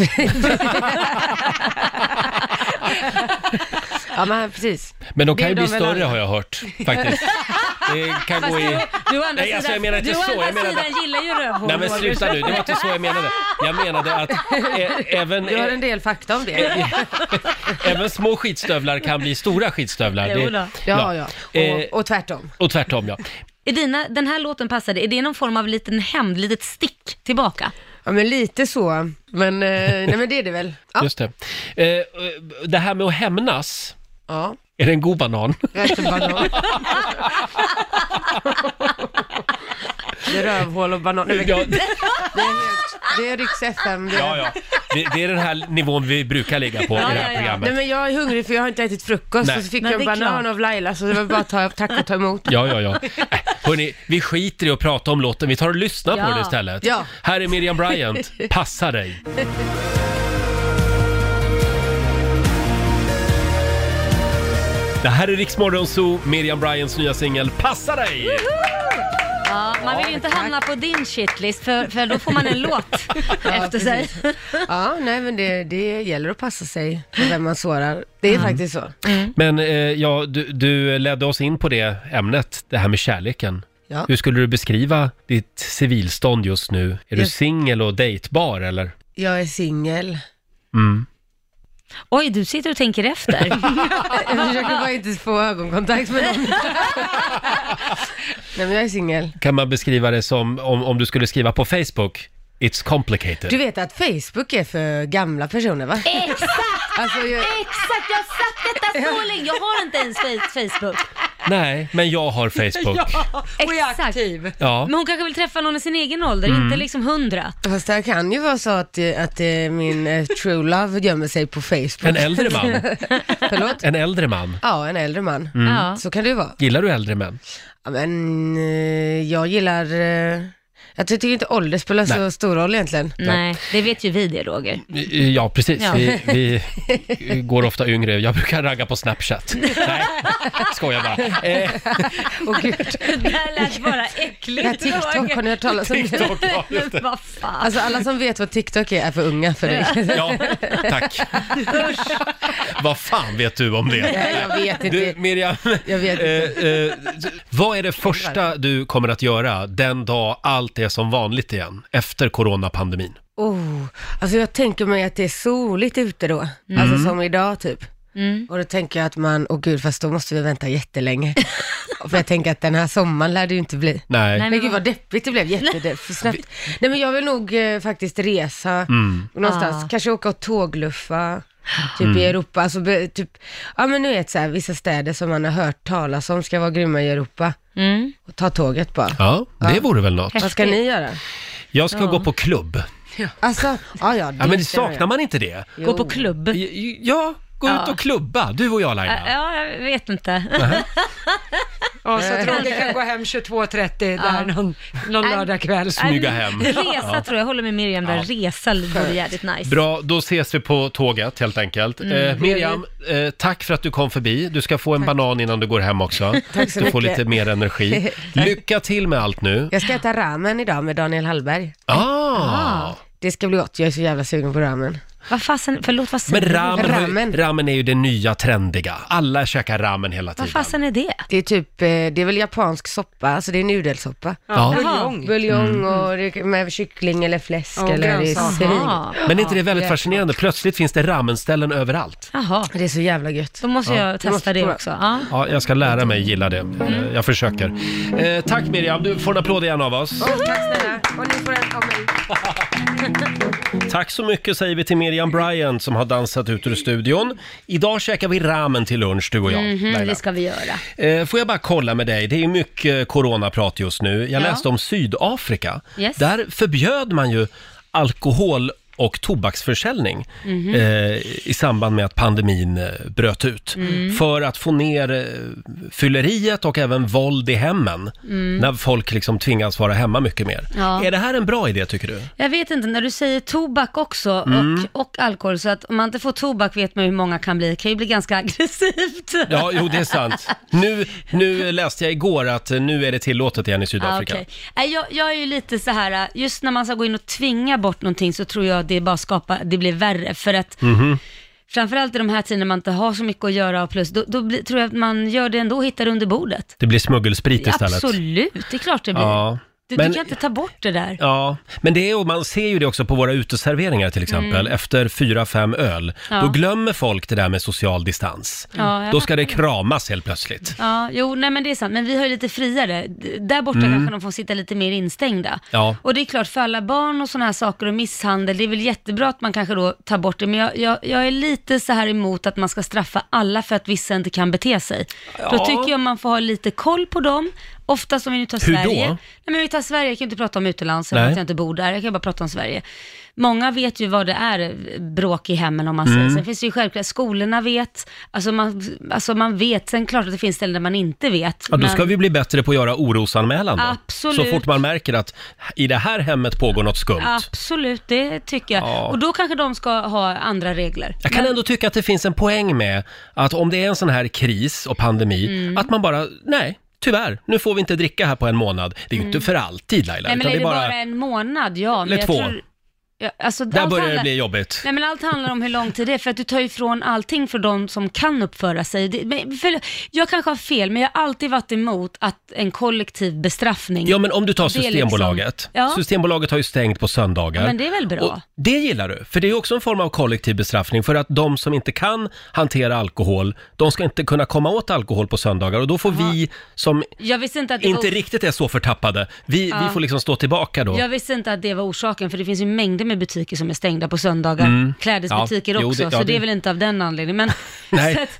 ja, men precis. Men de Det kan ju är bli de väl större alla. har jag hört, faktiskt. Det kan Fast gå i... du, du å andra Nej, alltså, jag sidan, menar inte du å så, jag andra menar- sidan gillar ju rövhål. Nej men sluta nu, det var inte så jag menade. Jag menade att ä- även, Du har en del fakta om det. även små skitstövlar kan bli stora skitstövlar. Jo då. Ja, ja. Eh, Och, och tvärtom. Och tvärtom, ja. Är dina, den här låten passade, är det någon form av liten hämnd, litet stick tillbaka? Ja, men lite så. Men, eh, nej, men det är det väl. Ja. Just det. Eh, det här med att hämnas, Ja. är det en god banan? Rätt banan. Det är rövhål och banan. Nej, men, Ja, det, är, det är Riks F M. Det är... ja, ja. Det, det är den här nivån vi brukar ligga på Ja, i det ja, här ja. programmet. Nej, men jag är hungrig för jag har inte ätit frukost. Nej. Och så fick Nej, jag en det är banan klart. av Laila, så det var bara att ta, tack och ta emot. Ja, ja, ja. Äh, hörni, vi skiter i att prata om låten. Vi tar och lyssnar Ja. på det istället. Ja. Här är Miriam Bryant. Passa dig. Det här är Rix Morgon Zoo, Miriam Bryants nya singel Passa dig! Ja, man vill ju inte hamna på din shitlist för, för då får man en låt efter sig. Ja, nej men det, det gäller att passa sig för vem man sårar. Det är faktiskt så. Men eh, ja, du, du ledde oss in på det ämnet, det här med kärleken. Ja. Hur skulle du beskriva ditt civilstånd just nu? Är du Just- singel och dejtbar eller? Jag är singel. Mm. Oj, du sitter och tänker efter. Jag försöker bara inte få ögonkontakt med någon. Nej men jag är singel. Kan man beskriva det som om, om du skulle skriva på Facebook? It's complicated. Du vet att Facebook är för gamla personer, va? Exakt! Alltså, jag... Exakt, jag har sagt detta så länge. Jag har inte ens fa- Facebook. Nej, men jag har Facebook. Ja. Och jag är aktiv. Men hon kanske vill träffa någon i sin egen ålder, inte liksom hundra. Fast det kan ju vara så att, eh, att eh, min eh, true love gömmer sig på Facebook. En äldre man. Förlåt? En äldre man. Ja, en äldre man. Ja. Så kan det ju vara. Gillar du äldre män? Ja, men eh, jag gillar... Eh, jag tycker inte ålder spelar så Nej. stor roll egentligen. Nej, det vet ju vi det, Roger. Ja, precis. Ja. Vi, vi går ofta yngre. Jag brukar ragga på Snapchat. Nej, skojar bara. Eh, Åh gud. Det där lät bara äckligt. Ja, TikTok, har ni hört talas om det? TikTok, ja, just det. Vad fan. Alltså alla som vet vad TikTok är är för unga för det. Ja, tack. Vad fan vet du om det? Nej, jag vet inte. Du, Miriam, Jag vet inte. eh, eh, vad är det första du kommer att göra den dag allt är som vanligt igen, efter coronapandemin? Oh, alltså jag tänker mig att det är soligt ute då. Alltså som idag typ. Mm. Och då tänker jag att man, åh gud, fast då måste vi vänta jättelänge. För jag tänker att den här sommaren lär det ju inte bli. Nej. Nej, Men gud vad deppigt det blev, jättedeppigt, för snabbt. Nej men jag vill nog eh, faktiskt resa Mm. någonstans, Ah. kanske åka och tågluffa, typ i Europa. Alltså be, typ, ja men nu vet så här, vissa städer som man har hört talas om ska vara grymma i Europa. Mm. Och ta tåget bara. Ja, det vore väl något. Vad ska ni göra? Jag ska gå på klubb. Alltså, ja ja. Ja, men det ska jag saknar göra. man inte det? Jo. Gå på klubb. Ja, gå Ja. ut och klubba. Du och jag, Laila. Ja, jag vet inte. Ja, så att Roger kan gå hem tjugotvå trettio där någon, någon lördagkväll. Smyga hem. Resa tror jag, jag håller med Miriam där. Resa vore jävligt nice. Bra, då ses vi på tåget helt enkelt. Eh, Miriam, eh, tack för att du kom förbi. Du ska få en banan innan du går hem också. Tack så du får mycket. lite mer energi. Lycka till med allt nu. Jag ska äta ramen idag med Daniel Hallberg. Ah! Det ska bli gott, jag är så jävla sugen på ramen. Vad fasen, förlåt, vad Men säger du? ramen, har ju- Ramen. ramen är ju det nya trendiga. Alla käkar ramen hela Vad tiden. fasen är det? Det är typ, eh, det är väl japansk soppa, alltså det är nudelsoppa. Ja. Buljong. Buljong och det är med kyckling eller fläsk Och eller det är grönsaker. svin. Jaha. Men är inte det väldigt Ja. fascinerande? Plötsligt finns det ramenställen överallt. Jaha. Det är så jävla gött. Då måste jag testa måste det prova. också. Ja. Ja, jag ska lära mig gilla det. Eh, Jag försöker. Eh, tack Miriam, du får en applåd igen av oss. Åh, tack snälla. Och ni får en av mig. Tack så mycket säger vi till Miriam Bryant som har dansat ut ur studion. Idag käkar vi ramen till lunch, du och jag. Mhm, Laila. det ska vi göra. Eh, Får jag bara kolla med dig, det är ju mycket coronaprat just nu. Jag Ja. läste om Sydafrika. Yes. Där förbjöd man ju alkohol och tobaksförsäljning Mhm. eh, i samband med att pandemin eh, bröt ut. Mm. För att få ner eh, fylleriet och även våld i hemmen när folk liksom tvingas vara hemma mycket mer. Mm. Ja. Är det här en bra idé tycker du? Jag vet inte, när du säger tobak också Mm. och, och alkohol, så att om man inte får tobak vet man hur många kan bli. Det kan ju bli ganska aggressivt. Ja, jo det är sant. Nu, nu läste jag igår att eh, nu är det tillåtet igen i Ah, Sydafrika. okej. Nej, jag, jag är ju lite så här, just när man ska gå in och tvinga bort någonting så tror jag det bara skapar, det blir värre för att Mhm. framförallt i de här tiderna när man inte har så mycket att göra och plus, då, då blir, tror jag att man gör det ändå och hittar under bordet. Det blir smuggelsprit istället. Absolut, det är klart det blir. Ja. Du, Men- du kan inte ta bort det där. Ja, men det är, och man ser ju det också på våra uteserveringar till exempel. Efter fyra, fem öl, Mm. Ja. då glömmer folk det där med social distans. Ja, jag Då ska det kramas helt plötsligt. Ja, jo, nej men det är sant, men vi har ju lite friare. D- Där borta kanske de får sitta lite mer instängda. Mm. Ja. Och det är klart, för alla barn och sådana här saker och misshandel, det är väl jättebra att man kanske då tar bort det, men jag, jag, jag är lite så här emot att man ska straffa alla för att vissa inte kan bete sig. Då tycker jag man får ha lite koll på dem Oftast om vi nu tar Hur Sverige. då? Nej, men vi tar Sverige, jag kan inte prata om utomlands, för att jag inte bor där. Jag kan bara prata om Sverige. Många vet ju vad det är bråk i hemmen, om man säger. Mm. Sen finns det ju självklart, skolorna vet, alltså man, alltså man vet, sen klart att det finns ställen där man inte vet. Ja, då ska men... vi bli bättre på att göra orosanmälan då. Absolut. Så fort man märker att i det här hemmet pågår något skumt. Absolut, det tycker jag. Ja. Och då kanske de ska ha andra regler. Jag kan Men- ändå tycka att det finns en poäng med att om det är en sån här kris och pandemi, Mm. att man bara, nej, tyvärr, nu får vi inte dricka här på en månad. Det är ju inte för alltid, Laila. Nej, men utan är det bara... en månad, ja. Men Eller jag två. Tror... Ja, alltså, Där allt börjar det handlar- bli jobbigt. Nej, men allt handlar om hur lång tid det är, för att du tar ifrån allting för de som kan uppföra sig. Det, men för, jag kanske har fel, men jag har alltid varit emot att en kollektiv bestraffning. Ja, men om du tar Det är Systembolaget. liksom- Ja. Systembolaget har ju stängt på söndagar. Ja, men det är väl bra. Och det gillar du, för det är ju också en form av kollektiv bestraffning, för att de som inte kan hantera alkohol, de ska inte kunna komma åt alkohol på söndagar, och då får vi som Jag visste inte att det inte var... riktigt är så förtappade, vi, Ja. vi får liksom stå tillbaka då. Jag visste inte att det var orsaken, för det finns ju mängder med butiker som är stängda på söndagar. Mm. Klädesbutiker Ja, jo, också, det- så ja, det... det- är väl inte av den anledningen. Men, Nej. så att,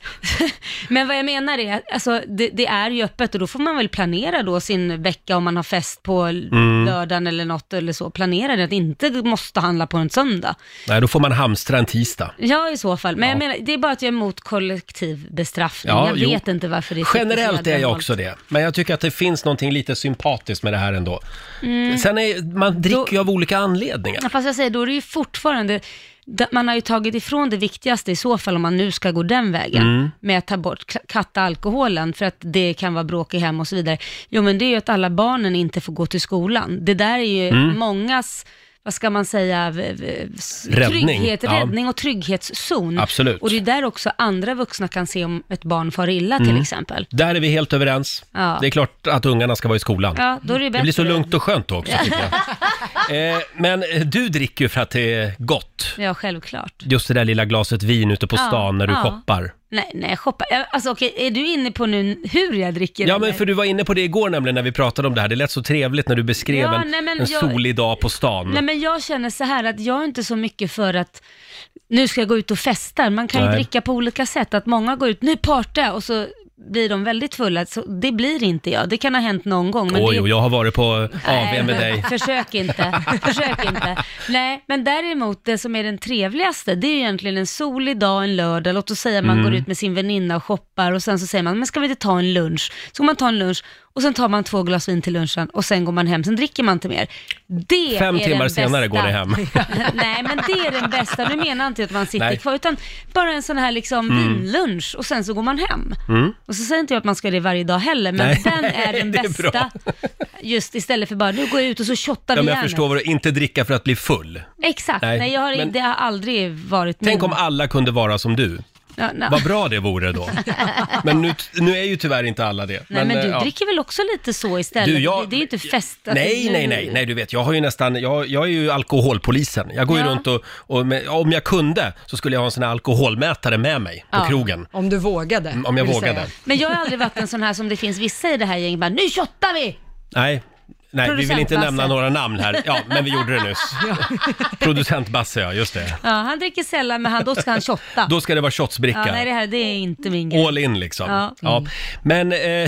men vad jag menar är, att, alltså, det, det är ju öppet, och då får man väl planera då sin vecka om man har fest på Mm. lördagen eller något eller så. Planera det, att inte måste handla på en söndag. Nej, då får man hamstra en tisdag. Ja, i så fall. Men Ja. jag menar, det är bara att jag är emot kollektiv bestraffning. Ja, jag jo. vet inte varför det är så Generellt är jag jävla också det, men jag tycker att det finns någonting lite sympatiskt med det här ändå. Mm. Sen är, man dricker ju av olika anledningar. Ja, fast jag säger, då är det ju fortfarande, da- man har ju tagit ifrån det viktigaste i så fall, om man nu ska gå den vägen, Mm. med att ta bort, k- katta alkoholen, för att det kan vara bråk i hem och så vidare. Jo, men det är ju att alla barnen inte får gå till skolan. Det där är ju Mm. mångas, vad ska man säga, v- v- s- Räddning, trygghet, ja. räddning och trygghetszon. Absolut. Och det är där också andra vuxna kan se om ett barn far illa, Mm. till exempel. Där är vi helt överens. Ja. Det är klart att ungarna ska vara i skolan. Ja, då är det Det blir så bättre. lugnt och skönt också, tycker jag. eh, men du dricker ju för att det är gott. Ja, självklart. Just det där lilla glaset vin ute på Ja, stan när du ja. shoppar. Nej, nej, shoppa. Alltså okej, är du inne på nu hur jag dricker? Ja, men eller? för du var inne på det igår nämligen när vi pratade om det här. Det lät så trevligt när du beskrev Ja, en, nej, men en jag- solig dag på stan. Nej, men jag känner så här att jag är inte så mycket för att nu ska jag gå ut och festa. Man kan ju Nej. dricka på olika sätt. Att många går ut, nu parta, och så blir de väldigt fulla. Så det blir inte jag. Det kan ha hänt någon gång. Men Oj, det... och jag har varit på A V Nej, med men dig. Försök inte, försök inte. Nej, men däremot det som är den trevligaste, det är ju egentligen en solig dag, en lördag. Låt oss säga att man Mm. går ut med sin väninna och shoppar, och sen så säger man, men ska vi inte ta en lunch? Så går man ta en lunch, och sen tar man två glas vin till lunchen, och sen går man hem, sen dricker man inte mer. Det Fem är timmar den senare bästa. går ni hem. Nej, men det är den bästa. Nu menar jag inte att man sitter Nej. kvar, utan bara en sån här liksom Mm. vinlunch, och sen så går man hem. Mm. Och så säger inte jag att man ska det varje dag heller, men Nej. den är den Det är bästa. bra. Just istället för bara, nu går jag ut och så shottar Ja, vi men jag järnet. förstår vad du, inte dricka för att bli full. Exakt, Nej, nej, jag har, men- det har aldrig varit Tänk min... om alla kunde vara som du. Ja, no. Vad bra det vore då. Men nu, nu är ju tyvärr inte alla det. Nej, men, eh, du ja. dricker väl också lite så istället? Du, jag- det, det är ju inte fest. att Nej, nu- nej, nej, nej, du vet, jag har ju nästan, jag, jag är ju alkoholpolisen. Jag går ju Ja. runt och, och med, om jag kunde så skulle jag ha en sån här alkoholmätare med mig på Ja. krogen. Om du vågade. Mm, om jag vill vågade. säga. Men jag har aldrig varit en sån här som det finns vissa i det här gänget, bara, nu shottar vi! Nej, nej, vi vill Producent inte Basse. nämna några namn här. Ja, men vi gjorde det nyss. Producent Basse, ja, just det. Ja, han dricker sällan, men han, då ska han shotta. Då ska det vara shotsbricka. Ja, nej, det här det är inte min grej. All in liksom. Ja. Ja. Men, eh,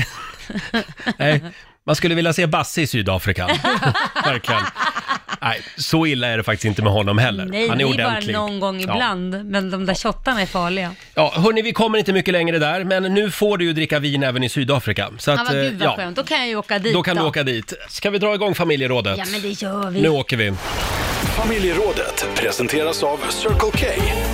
nej, man skulle vilja se Basse i Sydafrika. Verkligen. Nej, så illa är det faktiskt inte med honom heller. Nej, Han är det är bara ordentlig. någon gång Ja. ibland, men de där shottarna är farliga. Ja, hörni, vi kommer inte mycket längre där, men nu får du ju dricka vin även i Sydafrika. Så Ja, att, vad eh, gud vad skönt, då kan jag ju åka dit då kan då. du åka dit. Ska vi dra igång familjerådet? Ja, men det gör vi. Nu åker vi. Familjerådet presenteras av Circle K.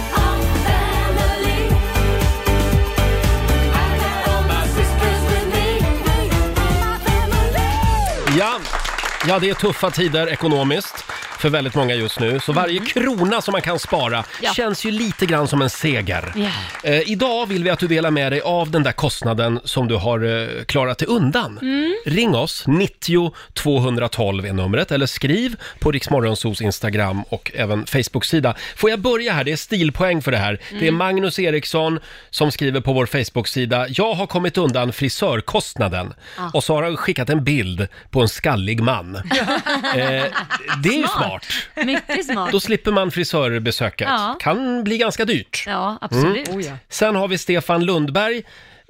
Ja, ja, det är tuffa tider ekonomiskt för väldigt många just nu. Så varje krona som man kan spara Ja. känns ju lite grann som en seger. Ja. Eh, idag vill vi att du delar med dig av den där kostnaden som du har eh, klarat dig undan. Ring oss, nittio tvåhundratolv är numret, eller skriv på Rix Morgonzos Instagram och även Facebook-sida. Får jag börja här? Det är stilpoäng för det här. Det är Magnus Eriksson som skriver på vår Facebook-sida: jag har kommit undan frisörkostnaden. Och så har han skickat en bild på en skallig man. eh, det är ju smart. Mycket smart. Då slipper man frisörbesöket. Ja. Kan bli ganska dyrt. Ja, absolut. Oh, ja. Sen har vi Stefan Lundberg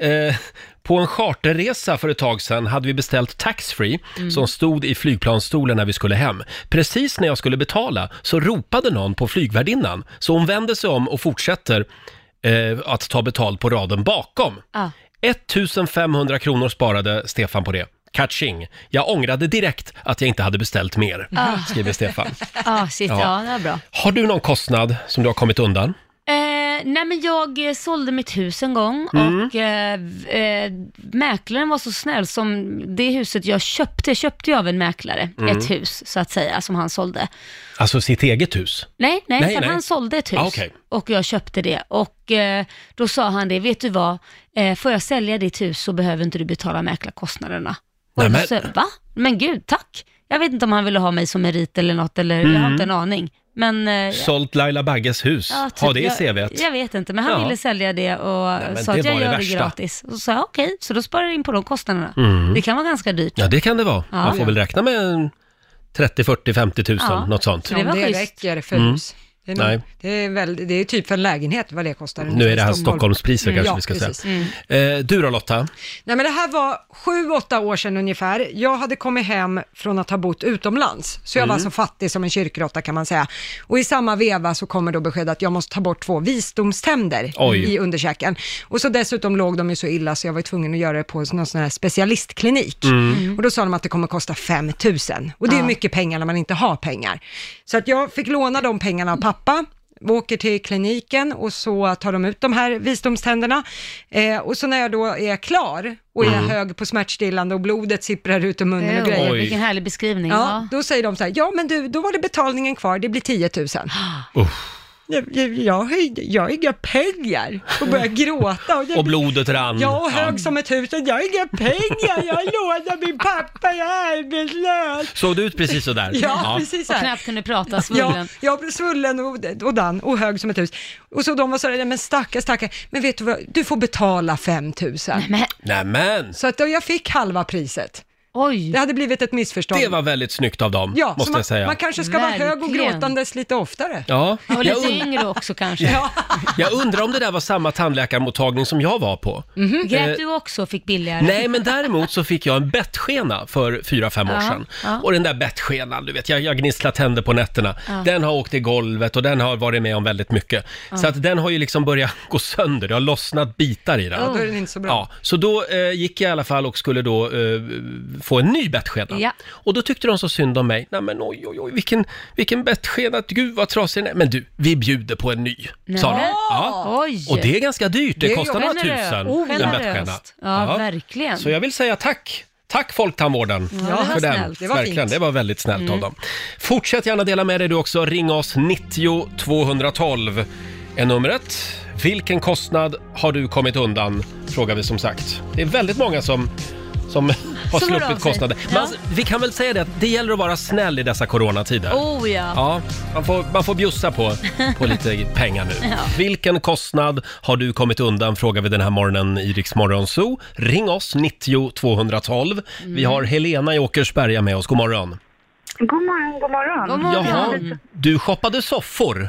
Eh, på en charterresa för ett tag sedan hade vi beställt taxfree mm. som stod i flygplansstolen när vi skulle hem. Precis när jag skulle betala så ropade någon på flygvärdinnan. Så hon vände sig om och fortsätter eh, att ta betalt på raden bakom. Ah. femtonhundra kronor sparade Stefan på det. Catching. Jag ångrade direkt att jag inte hade beställt mer, ah. skriver Stefan. Ah, shit, ja. ja, det är bra. Har du någon kostnad som du har kommit undan? Eh, nej men jag eh, sålde mitt hus en gång mm. och eh, eh, mäklaren var så snäll som det huset jag köpte, köpte jag av en mäklare, mm. ett hus så att säga som han sålde. Alltså sitt eget hus? Nej, nej, nej, nej. Han sålde ett hus ah, okay. och jag köpte det och eh, då sa han det, vet du vad, eh, får jag sälja ditt hus så behöver inte du betala mäklarkostnaderna. Och nej, men... så, va? Men gud, tack. Jag vet inte om han ville ha mig som merit eller något eller mm. jag har inte en aning. Men, eh, sålt Laila Bagges hus. Ja, typ, ha det i C V:t. Jag, jag vet inte, men han ja. ville sälja det och nej, sa att jag gör det, det gratis. Och så sa jag okej, okay, så då sparar jag in på de kostnaderna. Mm. Det kan vara ganska dyrt. Ja, det kan det vara. Ja. Man får väl räkna med trettio, fyrtio, femtio tusen, ja. något sånt. Så det, var det räcker för mm. hus. Det är, nog, Nej. Det, är väl, det är typ för en lägenhet vad det kostar. Nu är det här Stockholmspriser mm. kanske ja, vi ska precis. säga. Mm. Eh, du då Lotta? Nej men det här var sju, åtta år sedan ungefär. Jag hade kommit hem från att ha bott utomlands. Så jag mm. var så fattig som en kyrkråtta kan man säga. Och i samma veva så kommer då besked att jag måste ta bort två visdomständer Oj. i underkäken. Och så dessutom låg de ju så illa så jag var tvungen att göra det på någon sån här specialistklinik. Mm. Och då sa de att det kommer kosta fem tusen. Och det är ja. mycket pengar när man inte har pengar. Så att jag fick låna de pengarna av pappa. Vi åker till kliniken och så tar de ut de här visdomständerna. Eh, och så när jag då är klar och är mm. hög på smärtstillande och blodet sipprar ut ur munnen och grejer. Oj. Vilken härlig beskrivning. Ja, ja, då säger de så här, ja men du, då var det betalningen kvar, det blir tio tusen. Uh. Jag, jag, jag, jag har inga pengar och börjar gråta. Och, jag, och blodet rann. Jag är hög ja. som ett hus och jag har inga pengar. Jag lånar min pappa, jag är arbetslös. Såg du ut precis så där? Ja, ja. precis så här. Och knappt kunde prata, svullen. Ja, jag blev svullen och, och dan och hög som ett hus. Och så de var så där, men stackar, stackar. Men vet du vad, du får betala fem tusen. Nämen. Nämen. Så att då jag fick halva priset. Oj. Det hade blivit ett missförstånd. Det var väldigt snyggt av dem, ja, måste man, jag säga. Man kanske ska Verkligen. vara hög och gråtandes lite oftare. Ja. Och lite und- yngre också kanske. Ja. Jag undrar om det där var samma tandläkarmottagning som jag var på. Mm-hmm. Grät eh, du också fick billigare? Nej, men däremot så fick jag en bettskena för fyra, fem år ja. sedan. Ja. Och den där bettskenan, du vet, jag, jag gnisslar tänder på nätterna. Ja. Den har åkt i golvet och den har varit med om väldigt mycket. Ja. Så att den har ju liksom börjat gå sönder. Det har lossnat bitar i den. Ja, då är den inte så bra. Ja, så då eh, gick jag i alla fall och skulle då eh, få en ny bettskena. Ja. Och då tyckte de så synd om mig. Nej men oj, oj, oj, vilken, vilken bettskena. Gud vad trasig den är. Men du, vi bjuder på en ny. Nej. Sa de. Ja. Oj. Och det är ganska dyrt. Det, det kostar några tusen. Oh, en bettskena. Ja, ja, verkligen. Så jag vill säga tack. Tack Folktandvården ja, för den. Snällt. Det var verkligen, fint. det var väldigt snällt mm. av dem. Fortsätt gärna dela med dig du också. Ring oss nittio tvåhundratolv är numret. Vilken kostnad har du kommit undan? Frågar vi som sagt. Det är väldigt många som som har som sluppit kostnader. Ja. Man, vi kan väl säga det att det gäller att vara snäll i dessa coronatider. Oh ja. Ja, man får, man får bjussa på, på lite pengar nu. Ja. Vilken kostnad har du kommit undan? Frågar vi den här morgonen i Rix Morgon Zoo. Ring oss nittio tvåhundratolv. Mm. Vi har Helena i Åkersberga med oss. God morgon. God morgon, god morgon. God morgon. Jaha, du shoppade soffor.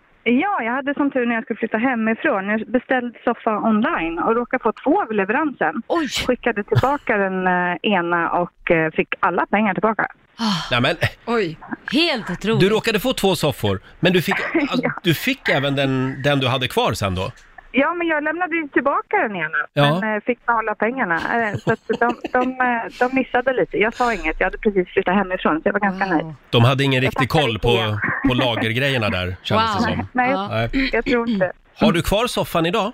Ja, jag hade som tur när jag skulle flytta hemifrån. Jag beställde soffa online och råkade få två av leveransen. Oj. Skickade tillbaka den uh, ena och uh, fick alla pengar tillbaka. Oh. Nej, men, oj. Helt otroligt. Du råkade få två soffor, men du fick, alltså, ja. du fick även den, den du hade kvar sen då? Ja, men jag lämnade ju tillbaka den ena, ja. men äh, fick behålla pengarna. Äh, så att de, de, de missade lite. Jag sa inget, jag hade precis flyttat hemifrån, så jag var ganska wow. nöjd. De hade ingen riktig koll på, på lagergrejerna där, kändes wow. det som. Nej, ja. Nej, jag tror inte. Har du kvar soffan idag?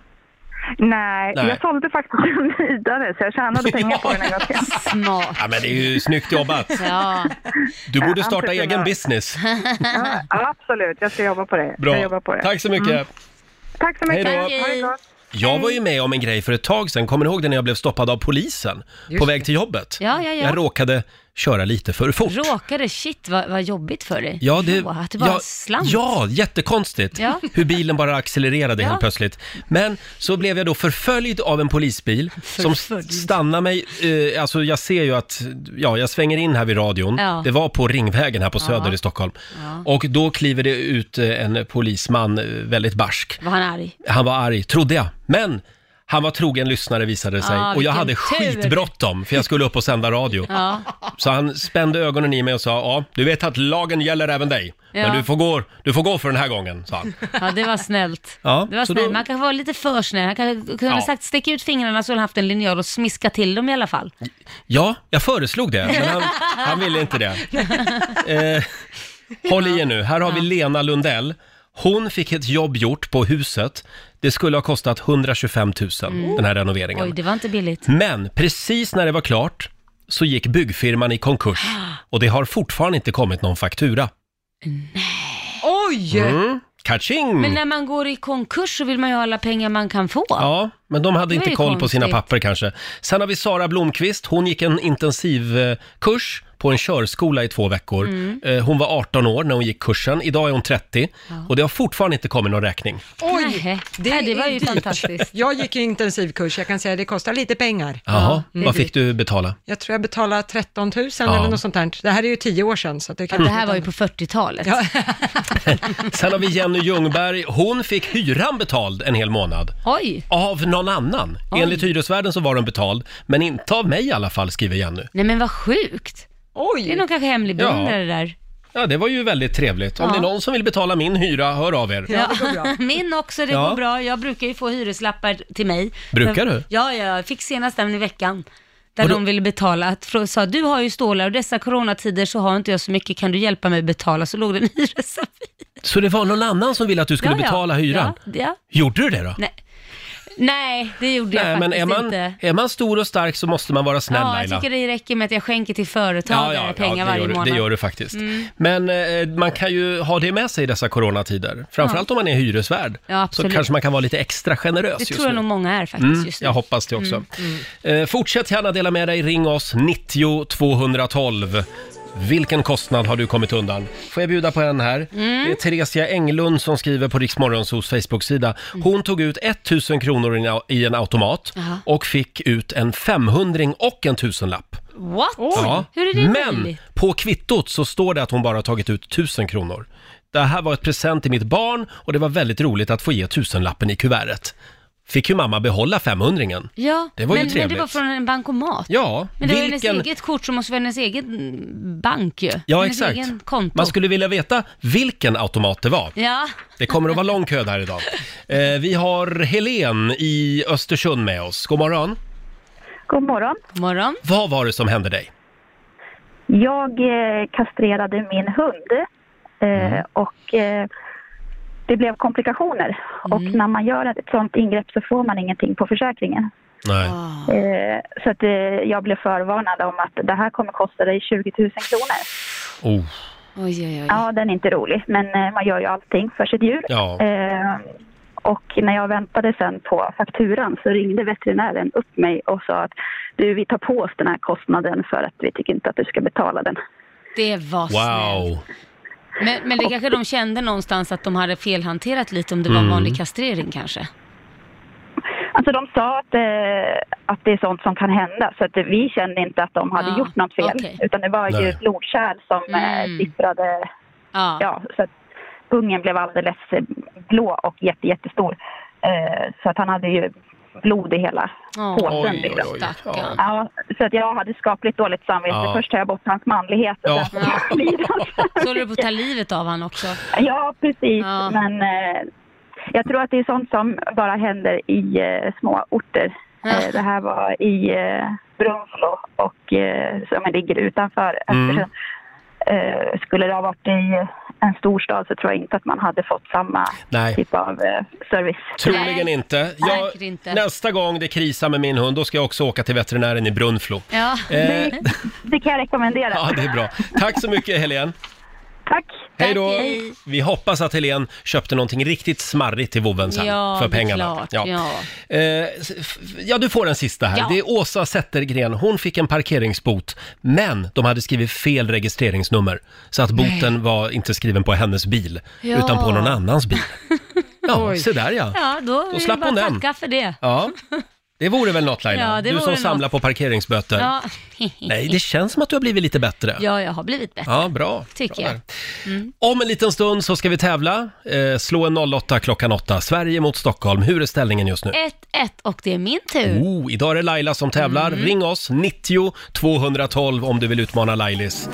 Nej, Nej, jag sålde faktiskt den vidare, så jag tjänade pengar ja. på den en gång till. Smart. Ja, men det är ju snyggt jobbat. Ja. Du borde starta ja, egen business. Ja, absolut, jag ska jobba på det. Bra, jag jobba på det. Tack så mycket. Mm. Tack så mycket. Hej då. Ha det gott. Jag var ju med om en grej för ett tag sedan. Kommer ni ihåg det när jag blev stoppad av polisen Just på väg det. till jobbet? Ja, ja, ja. Jag råkade köra lite för fort. Råkade, shit vad, vad jobbigt för dig. Ja, det, oh, att det bara ja, slant. ja, jättekonstigt Ja. hur bilen bara accelererade Ja. helt plötsligt. Men så blev jag då förföljd av en polisbil som Förföljd. stannar mig. Eh, alltså jag ser ju att, ja, jag svänger in här vid radion. Ja. Det var på Ringvägen här på Söder Ja. i Stockholm. Ja. Och då kliver det ut eh, en polisman, eh, väldigt barsk. Var han arg? Han var arg, trodde jag. Men Han var trogen lyssnare visade det sig. Ah, och jag hade vilken tur. skitbråttom för jag skulle upp och sända radio. Ja. Så han spände ögonen i mig och sa, ja, du vet att lagen gäller även dig. Ja. Men du får, gå, du får gå för den här gången, sa han. Ja, det var snällt. Ja, det var så snällt. då- Man kan vara lite för snäll. Han kan kunna ha Ja. sagt stick ut fingrarna så han haft en linjal och smiska till dem i alla fall. Ja, jag föreslog det, men han, han ville inte det. Eh, håll i er nu, här har vi Lena Lundell. Hon fick ett jobb gjort på huset. Det skulle ha kostat hundratjugofem tusen, Mm. den här renoveringen. Oj, det var inte billigt. Men precis när det var klart så gick byggfirman i konkurs. Och det har fortfarande inte kommit någon faktura. Oj! Mm. Kaching! Men när man går i konkurs så vill man ju ha alla pengar man kan få. Ja, men de hade Det var inte ju koll på sina konstigt. papper kanske. Sen har vi Sara Blomqvist. Hon gick en intensivkurs på en körskola i två veckor. Mm. Eh, Hon var arton år när hon gick kursen. Idag är hon trettio. Och det har fortfarande inte kommit någon räkning. Oj! Nej, det, det var är ju dyrt. fantastiskt. Jag gick i intensivkurs, jag kan säga att det kostar lite pengar. Jaha, det är vad dyrt. fick du betala? Jag tror jag betalade tretton tusen Ja. eller något sånt där. Det här är ju tio år sedan. Så att det, Ja, kan det här var ju på fyrtiotalet. Ja. Sen har vi Jenny Ljungberg. Hon fick hyran betald en hel månad. Oj! Av någon annan. Oj. Enligt hyresvärden så var den betald. Men inte av mig i alla fall, skriver Jenny. Nej men vad sjukt. Oj! Det är nog kanske hemlig Ja. beundrare det där. Ja, det var ju väldigt trevligt. Om Ja. det är någon som vill betala min hyra, hör av er. Ja, det går bra. Min också, det Ja. går bra. Jag brukar ju få hyreslappar till mig. Brukar du? Ja, jag fick senast en i veckan. Där Och då- de ville betala. Att frå- sa, du har ju stålar och dessa coronatider så har inte jag så mycket. Kan du hjälpa mig betala? Så låg det en hyresavi. Så det var någon annan som ville att du skulle Ja, ja. betala hyran? Ja, ja. Gjorde du det då? Nej. Nej, det gjorde jag Nej, men faktiskt är man, inte. är man stor och stark så måste man vara snäll, Ja, jag Laila. tycker det räcker med att jag skänker till företagare pengar det, varje gör, du- månad. det gör du faktiskt. Mm. Men eh, man kan ju ha det med sig i dessa coronatider. Framförallt om man är hyresvärd. Ja, så absolut. kanske man kan vara lite extra generös Det just tror jag nu. nog många är faktiskt Mm, just nu. jag hoppas det också. Eh, fortsätt gärna dela med dig, ring oss nittio tvåhundratolv. Vilken kostnad har du kommit undan? Får jag bjuda på en här? Mm. Det är Theresia Englund som skriver på Riksmorgonsos Facebook-sida. Hon tog ut tusen kronor i en au- i en automat Jaha. och fick ut en femhundring och en tusenlapp. What? Ja. Hur är det Men möjligt? på kvittot så står det att hon bara har tagit ut tusen kronor. Det här var ett present till mitt barn och det var väldigt roligt att få ge tusenlappen i kuvertet. Fick ju mamma behålla femhundringen. Ja, Det var ju men, men trevligt. det var från en bankomat. Ja, Men det var vilken... hennes eget kort som måste vara hennes egen bank ju. Ja, hennes exakt. egen konto. Man skulle vilja veta vilken automat det var. Ja, Det kommer att vara lång kö där idag. Eh, vi har Helen i Östersund med oss. God morgon. God morgon. god morgon. Vad var det som hände dig? Jag eh, kastrerade min hund eh, och eh, det blev komplikationer. Och när man gör ett sånt ingrepp så får man ingenting på försäkringen. Nej. Ah. Eh, så att, eh, jag blev förvarnad om att det här kommer kosta dig tjugo tusen kronor. Oh. Oj, oj, oj. Ja, den är inte rolig, men eh, man gör ju allting för sitt djur. Ja. Eh, och när jag väntade sen på fakturan så ringde veterinären upp mig och sa att du, vi tar på oss den här kostnaden för att vi tycker inte att du ska betala den. Det var snällt. Wow. Men, men det kanske de kände någonstans att de hade felhanterat lite om det var en vanlig kastrering kanske. Alltså de sa att, eh, att det är sånt som kan hända, så att vi kände inte att de hade Ja, gjort något fel. okej. Utan det var ju Nej. ett blodkärl som eh, Mm. sipprade, Ja. ja, så att ungen blev alldeles eh, blå och jätte, jättestor. Eh, så att han hade ju blod i hela Åh, påsen. Oj, oj, liksom. oj. Stackarn. Ja, så att jag hade skapligt dåligt samvete. Ja. Först tar jag bort hans manlighet och Ja. sen får jag lida. Så håller du på att ta livet av han också. Ja, precis. Ja. Men eh, jag tror att det är sånt som bara händer i eh, små orter. Ja. Eh, det här var i eh, Brunflo och eh, som ligger utanför Mm. Östersund. Eh, skulle det ha varit i en storstad så tror jag inte att man hade fått samma Nej. typ av eh, service. Troligen Nej. inte. Jag, Säkert inte. Nästa gång det krisar med min hund, då ska jag också åka till veterinären i Brunflo. Ja. Eh, Det, det kan jag rekommendera. ja, det är bra. Tack så mycket, Helen. Tack! Hej då! hej. Vi hoppas att Helen köpte någonting riktigt smarrigt till vovven sen Ja, för det är pengarna. klart, Ja. ja. Eh, s- f- ja, du får en sista här. Ja. Det är Åsa Zettergren. Hon fick en parkeringsbot, men de hade skrivit fel registreringsnummer. Så att boten var inte skriven på hennes bil, Ja. utan på någon annans bil. Ja, Oj. se där ja. Ja, då, Då vill slapp jag bara hon den. tacka för det. Ja. Det vore väl något, Laila? Ja, det du som vore samlar något. på parkeringsböter. Ja. Nej, det känns som att du har blivit lite bättre. Ja, jag har blivit bättre. Ja, bra. Tycker bra jag. där. Mm. Om en liten stund så ska vi tävla. Eh, slå en noll åtta klockan åtta. Sverige mot Stockholm. Hur är ställningen just nu? ett ett och det är min tur. Oh, idag är det Laila som tävlar. Mm. Ring oss, nittio tvåhundratolv om du vill utmana Lailis.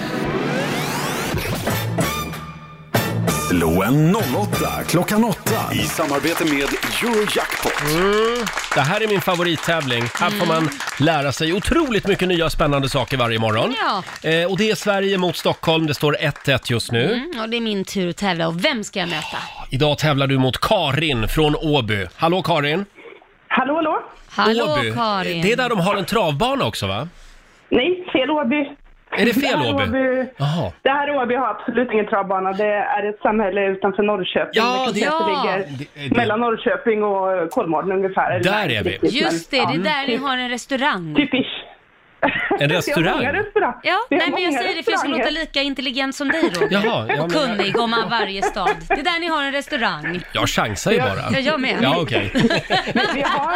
Slå en noll åtta klockan åtta i samarbete med Eurojackpot. Mm. Det här är min favorittävling. Här får man lära sig otroligt mycket nya spännande saker varje morgon. Ja. Eh, och det är Sverige mot Stockholm. Det står ett ett just nu. Mm, och det är min tur att tävla. Och vem ska jag möta? Idag tävlar du mot Karin från Åby. Hallå Karin! Hallå, hallå? Hallå Åby. Karin. Det är där de har en travbana också, va? Nej, fel Åby. Är det fel Det här Åby? Åby, Jaha. det här Åby har absolut ingen travbana. Det är ett samhälle utanför Norrköping. Ja, det, det- kanske Ja. ligger Det- det- mellan Norrköping och Kolmården ungefär. Eller Där nej, är vi. riktigt, Just det, men- det är ja. där ni har en restaurang. Typ ish. En Vi har restaurang? många restauranger. Ja, Vi har nej men jag många säger det för jag ska låta restauranger. lika intelligent som dig Roger. Jaha, ja, och men- kunnig om varje stad. Det är där ni har en restaurang. Jag chansar ju bara. Ja, jag med. Ja, okej. Vi har...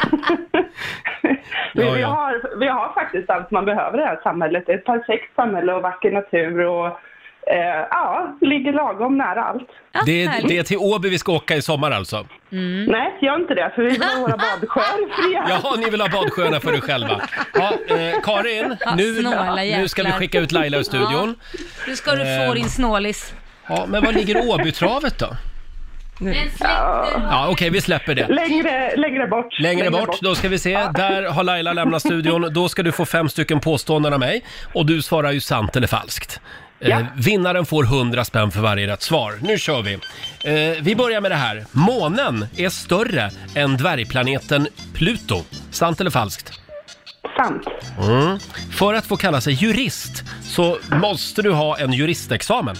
vi, Ja, vi, ja. har, vi har faktiskt allt man behöver i det här samhället. Det är ett perfekt samhälle och vacker natur och eh, ja, ligger lagom nära allt. Ja, Det, är- härligt. det är till Åby vi ska åka i sommar alltså. Nej, gör inte det för vi vill ha våra badsjöar fria. Jaha, ni vill ha badsjöarna för er själva. Ja, eh, Karin, Ja, nu, snåla nu ska vi jäklar. skicka ut Laila ur studion. Nu ska du Eh. få din snålis. Ja, men var ligger Åbytravet då? Men släpp Ja, okej, vi släpper det. Längre, längre bort. Längre bort, då ska vi se. Där har Laila lämnat studion. Då ska du få fem stycken påståenden av mig. Och du svarar ju sant eller falskt. Eh, Ja. vinnaren får hundra spänn för varje rätt svar. Nu kör vi. Eh, vi börjar med det här. Månen är större än dvärgplaneten Pluto. Sant eller falskt? Sant. Mm. För att få kalla sig jurist så måste du ha en juristexamen.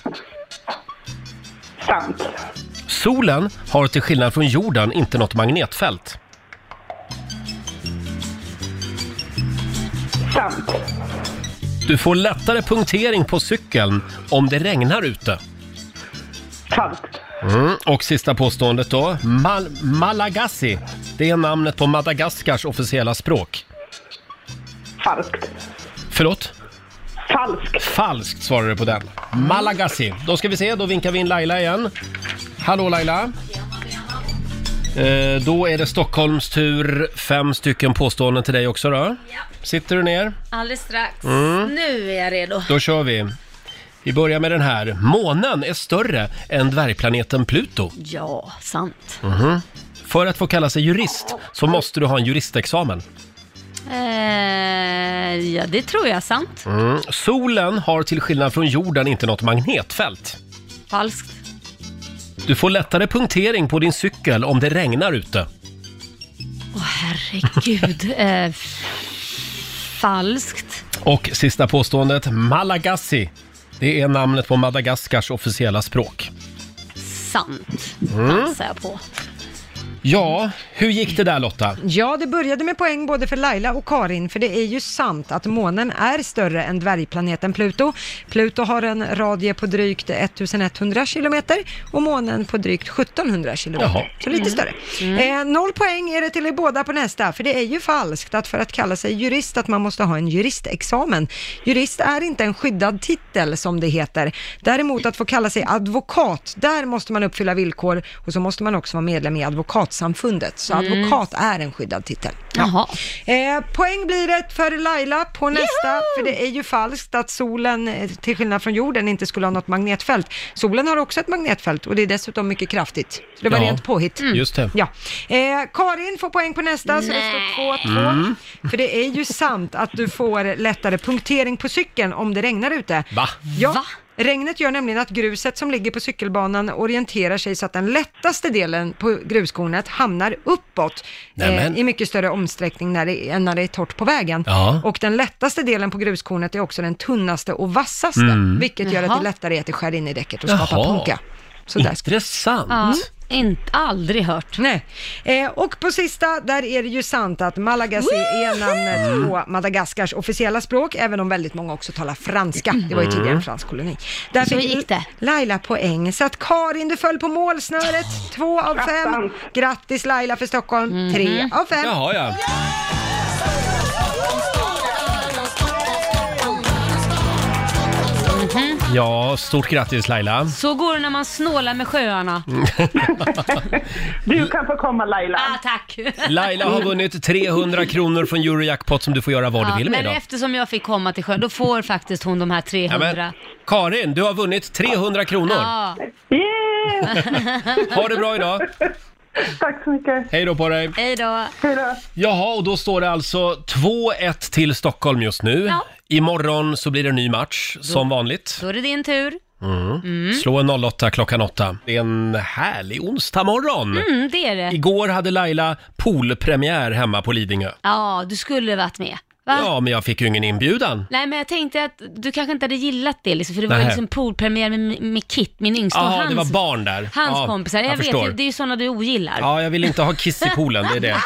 Sant. Solen har till skillnad från jorden inte något magnetfält. Sant. Du får lättare punktering på cykeln om det regnar ute. Falskt. Mm. Och sista påståendet då. Mal- Malagasy, det är namnet på Madagaskars officiella språk. Falskt. Förlåt? Falskt. Falskt svarar du på den. Malagasy. Då ska vi se, då vinkar vi in Laila igen. Hallå Laila. Eh, då är det Stockholms tur. Fem stycken påståenden till dig också då. Sitter du ner? Alldeles strax. Mm. Nu är jag redo. Då kör vi. Vi börjar med den här. Månen är större än dvärgplaneten Pluto. Ja, sant. Mhm. För att få kalla sig jurist så måste du ha en juristexamen. Eh, ja, det tror jag är sant. Mm. Solen har till skillnad från jorden inte något magnetfält. Falskt. Du får lättare punktering på din cykel om det regnar ute. Åh herregud. eh, f- falskt. Och sista påståendet, Malagasy. Det är namnet på Madagaskars officiella språk. Sant. Mm. Passar jag på. Ja, hur gick det där Lotta? Ja, det började med poäng både för Laila och Karin, för det är ju sant att månen är större än dvärgplaneten Pluto. Pluto har en radie på drygt elva hundra kilometer och månen på drygt sjuttonhundra kilometer. Jaha. Så lite större. Eh, noll poäng är det till er båda på nästa, för det är ju falskt att för att kalla sig jurist att man måste ha en juristexamen. Jurist är inte en skyddad titel som det heter. Däremot att få kalla sig advokat, där måste man uppfylla villkor och så måste man också vara medlem i advokatsamfundet. Så Mm. advokat är en skyddad titel. Jaha. Eh, poäng blir det för Laila på nästa, för det är ju falskt att solen, eh, till skillnad från jorden, inte skulle ha något magnetfält. Solen har också ett magnetfält och det är dessutom mycket kraftigt. Så det var Ja, rent påhitt. just det. Ja. Eh, Karin får poäng på nästa, så det står två två. Mm. För det är ju sant att du får lättare punktering på cykeln om det regnar ute. Va? Ja. Va? Regnet gör nämligen att gruset som ligger på cykelbanan orienterar sig så att den lättaste delen på gruskornet hamnar uppåt Nämen. eh, i mycket större omsträckning när det, än när det är torrt på vägen. Ja. Och den lättaste delen på gruskornet är också den tunnaste och vassaste, Mm. vilket gör att Jaha. det lättare är att det skär in i däcket och skapar Jaha. punka. Så där ska Intressant. Ja. Inte, aldrig hört. Nej. Eh, och på sista, där är det ju sant att Malagasy är namnet på Madagaskars officiella språk, även om väldigt många också talar franska. Det var ju tidigare en fransk koloni. Där Så fick gick det. Laila poäng. Så att Karin, du föll på målsnöret. Två av fem. Grattis Laila för Stockholm. Tre av fem. Jaha, ja. Ja, stort grattis Laila. Så går det när man snålar med sjöarna. Du kan få komma Laila. Ah, tack. Laila har vunnit trehundra kronor från Eurojackpot som du får göra vad du vill med men idag. eftersom jag fick komma till sjön, då får faktiskt hon de här Ja, trehundra. men, Karin, du har vunnit trehundra kronor. Ja. Yeah! Ha det bra idag. Tack så mycket. Hej då på dig. Hej då. Hej då. Jaha, och då står det alltså två ett till Stockholm just nu. Ja. Imorgon så blir det en ny match, som vanligt. Då är det din tur. Mm. Slå en noll åtta klockan åtta. Det är en härlig onsdag morgon. Mm, det är det. Igår hade Laila poolpremiär hemma på Lidingö. Ja, du skulle varit med. Va? Ja, men jag fick ju ingen inbjudan. Nej, men jag tänkte att du kanske inte hade gillat det, liksom, för det var Nähä. ju liksom poolpremiär med, med Kit, min yngsta, och Ja, hans, det var barn där. hans Ja, kompisar. Jag, jag vet förstår. ju, det är ju sådana du ogillar. Ja, jag vill inte ha kiss i poolen, det är det.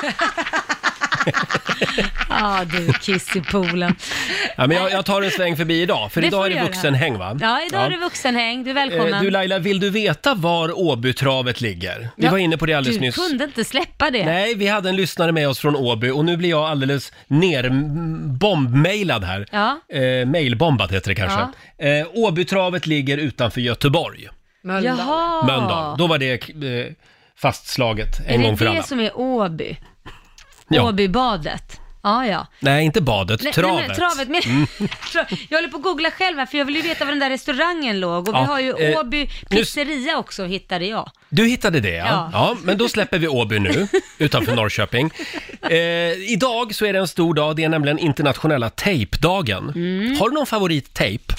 Ja, du, kiss i poolen. Ja, men jag, jag tar en sväng förbi idag, för Det idag får är det du göra. vuxenhäng, va? Ja, idag är det vuxenhäng. Du är välkommen. Eh, Du Laila, vill du veta var Åbytravet ligger? Vi Ja, var inne på det alldeles du nyss. kunde inte släppa det. Nej, vi hade en lyssnare med oss från Åby och nu blir jag alldeles nerbombmailad här. Ja. Eh, mailbombad heter det kanske. Eh, Åbytravet ligger utanför Göteborg. Mölndal. Jaha. Mölndal. Då var det eh, fastslaget en Är gång det för det alla. som är Åby? Ja. Åbybadet? Ja, ja. Nej, inte badet, Nej, travet. Nej, men, travet men, tra- jag håller på att googla själv här, för jag vill ju veta var den där restaurangen låg. Och Ja, vi har ju eh, Åby pizzeria också, hittade jag. Du hittade det, ja. ja. Ja. men då släpper vi Åby nu, utanför Norrköping. Eh, idag så är det en stor dag, det är nämligen internationella tejpdagen. Mm. Har du någon favorittejp?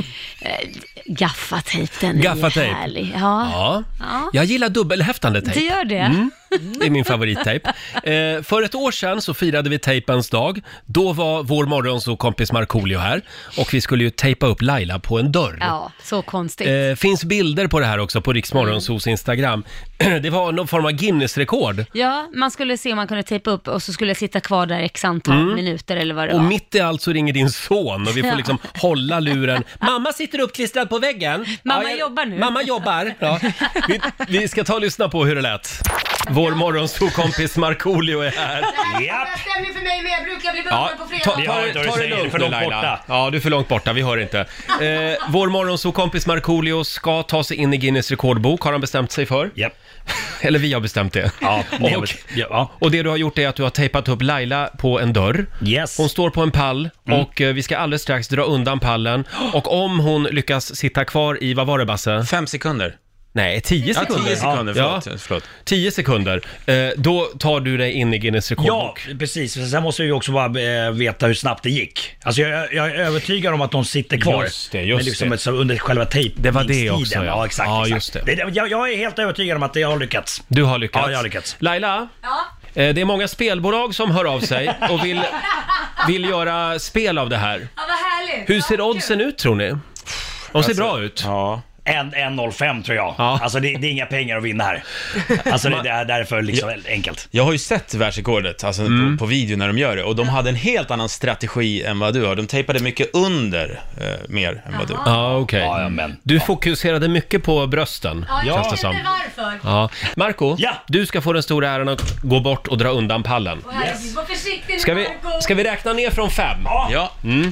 Gaffatejp, den är Gaffatejp. ju härlig. Ja. Ja. Ja. Jag gillar dubbelhäftande Det tejp. gör det. Mm. Det är min favorittejp. Eh, för ett år sedan så firade vi tejpens dag. Då var vår morgonsåkompis Markoolio här. Och vi skulle ju tejpa upp Laila på en dörr. Ja, så konstigt. Eh, finns bilder på det här också på Rix Morgonzos Instagram. Det var någon form av Guinness-rekord. Ja, man skulle se om man kunde tejpa upp och så skulle jag sitta kvar där x antal minuter eller vad det Och var. mitt i allt så ringer din son och vi får Ja. liksom hålla luren. Mamma sitter uppklistrad på väggen. Mamma Ja, jag- jobbar nu. Mamma jobbar. Ja. Vi, vi ska ta och lyssna på hur det lät. Vår morgonsokompis Markoolio är här. Japp. stämmer för mig, men jag brukar bli Ja, på ta, ta, Vi ta, hör inte vad du ta det säger, lugnt för nu långt Laila. borta. Ja, du är för långt borta, vi hör inte. Eh, vår morgonsokompis Markoolio ska ta sig in i Guinness rekordbok, har han bestämt sig för. Japp. Eller vi har bestämt det. Ja, ni har och, bestämt- ja. och det du har gjort är att du har tejpat upp Laila på en dörr. Yes. Hon står på en pall och eh, vi ska alldeles strax dra undan pallen. Och om hon lyckas sitta kvar i, vad var det Basse? Fem sekunder. Nej, tio Ja, sekunder. tio sekunder, Ja. förlåt. förlåt. Tio sekunder. Eh, då tar du dig in i Guinness Ja, rekordbok. precis. Sen måste vi också bara eh, veta hur snabbt det gick. Alltså jag, jag är övertygad om att de sitter kvar. Just det, just men liksom det. ett, så under själva tejpningstiden. Det var det också, ja. Ja, exakt. Ja, exakt. just det. Det, jag, jag är helt övertygad om att det har lyckats. Du har lyckats. Ja, jag har lyckats. Laila, Ja. eh, det är många spelbolag som hör av sig och vill, vill göra spel av det här. Ja, vad härligt. Hur ser oddsen ut tror ni? De ser bra ut. Ja. En, en noll fem tror jag. Ja. Alltså det, det är inga pengar att vinna här. Alltså det, det är därför liksom enkelt. Jag har ju sett världsrekordet alltså på, på video när de gör det och de hade en helt annan strategi än vad du har. De tejpade mycket under eh, mer än vad du har. Ja, okej. Ja, ja, men- Du fokuserade mycket på brösten, känns det som. varför. Ja. Marco, Ja. du ska få den stora äran att gå bort och dra undan pallen. Herregud, var försiktig nu, Ska vi, Marco. ska vi räkna ner från fem? Ja.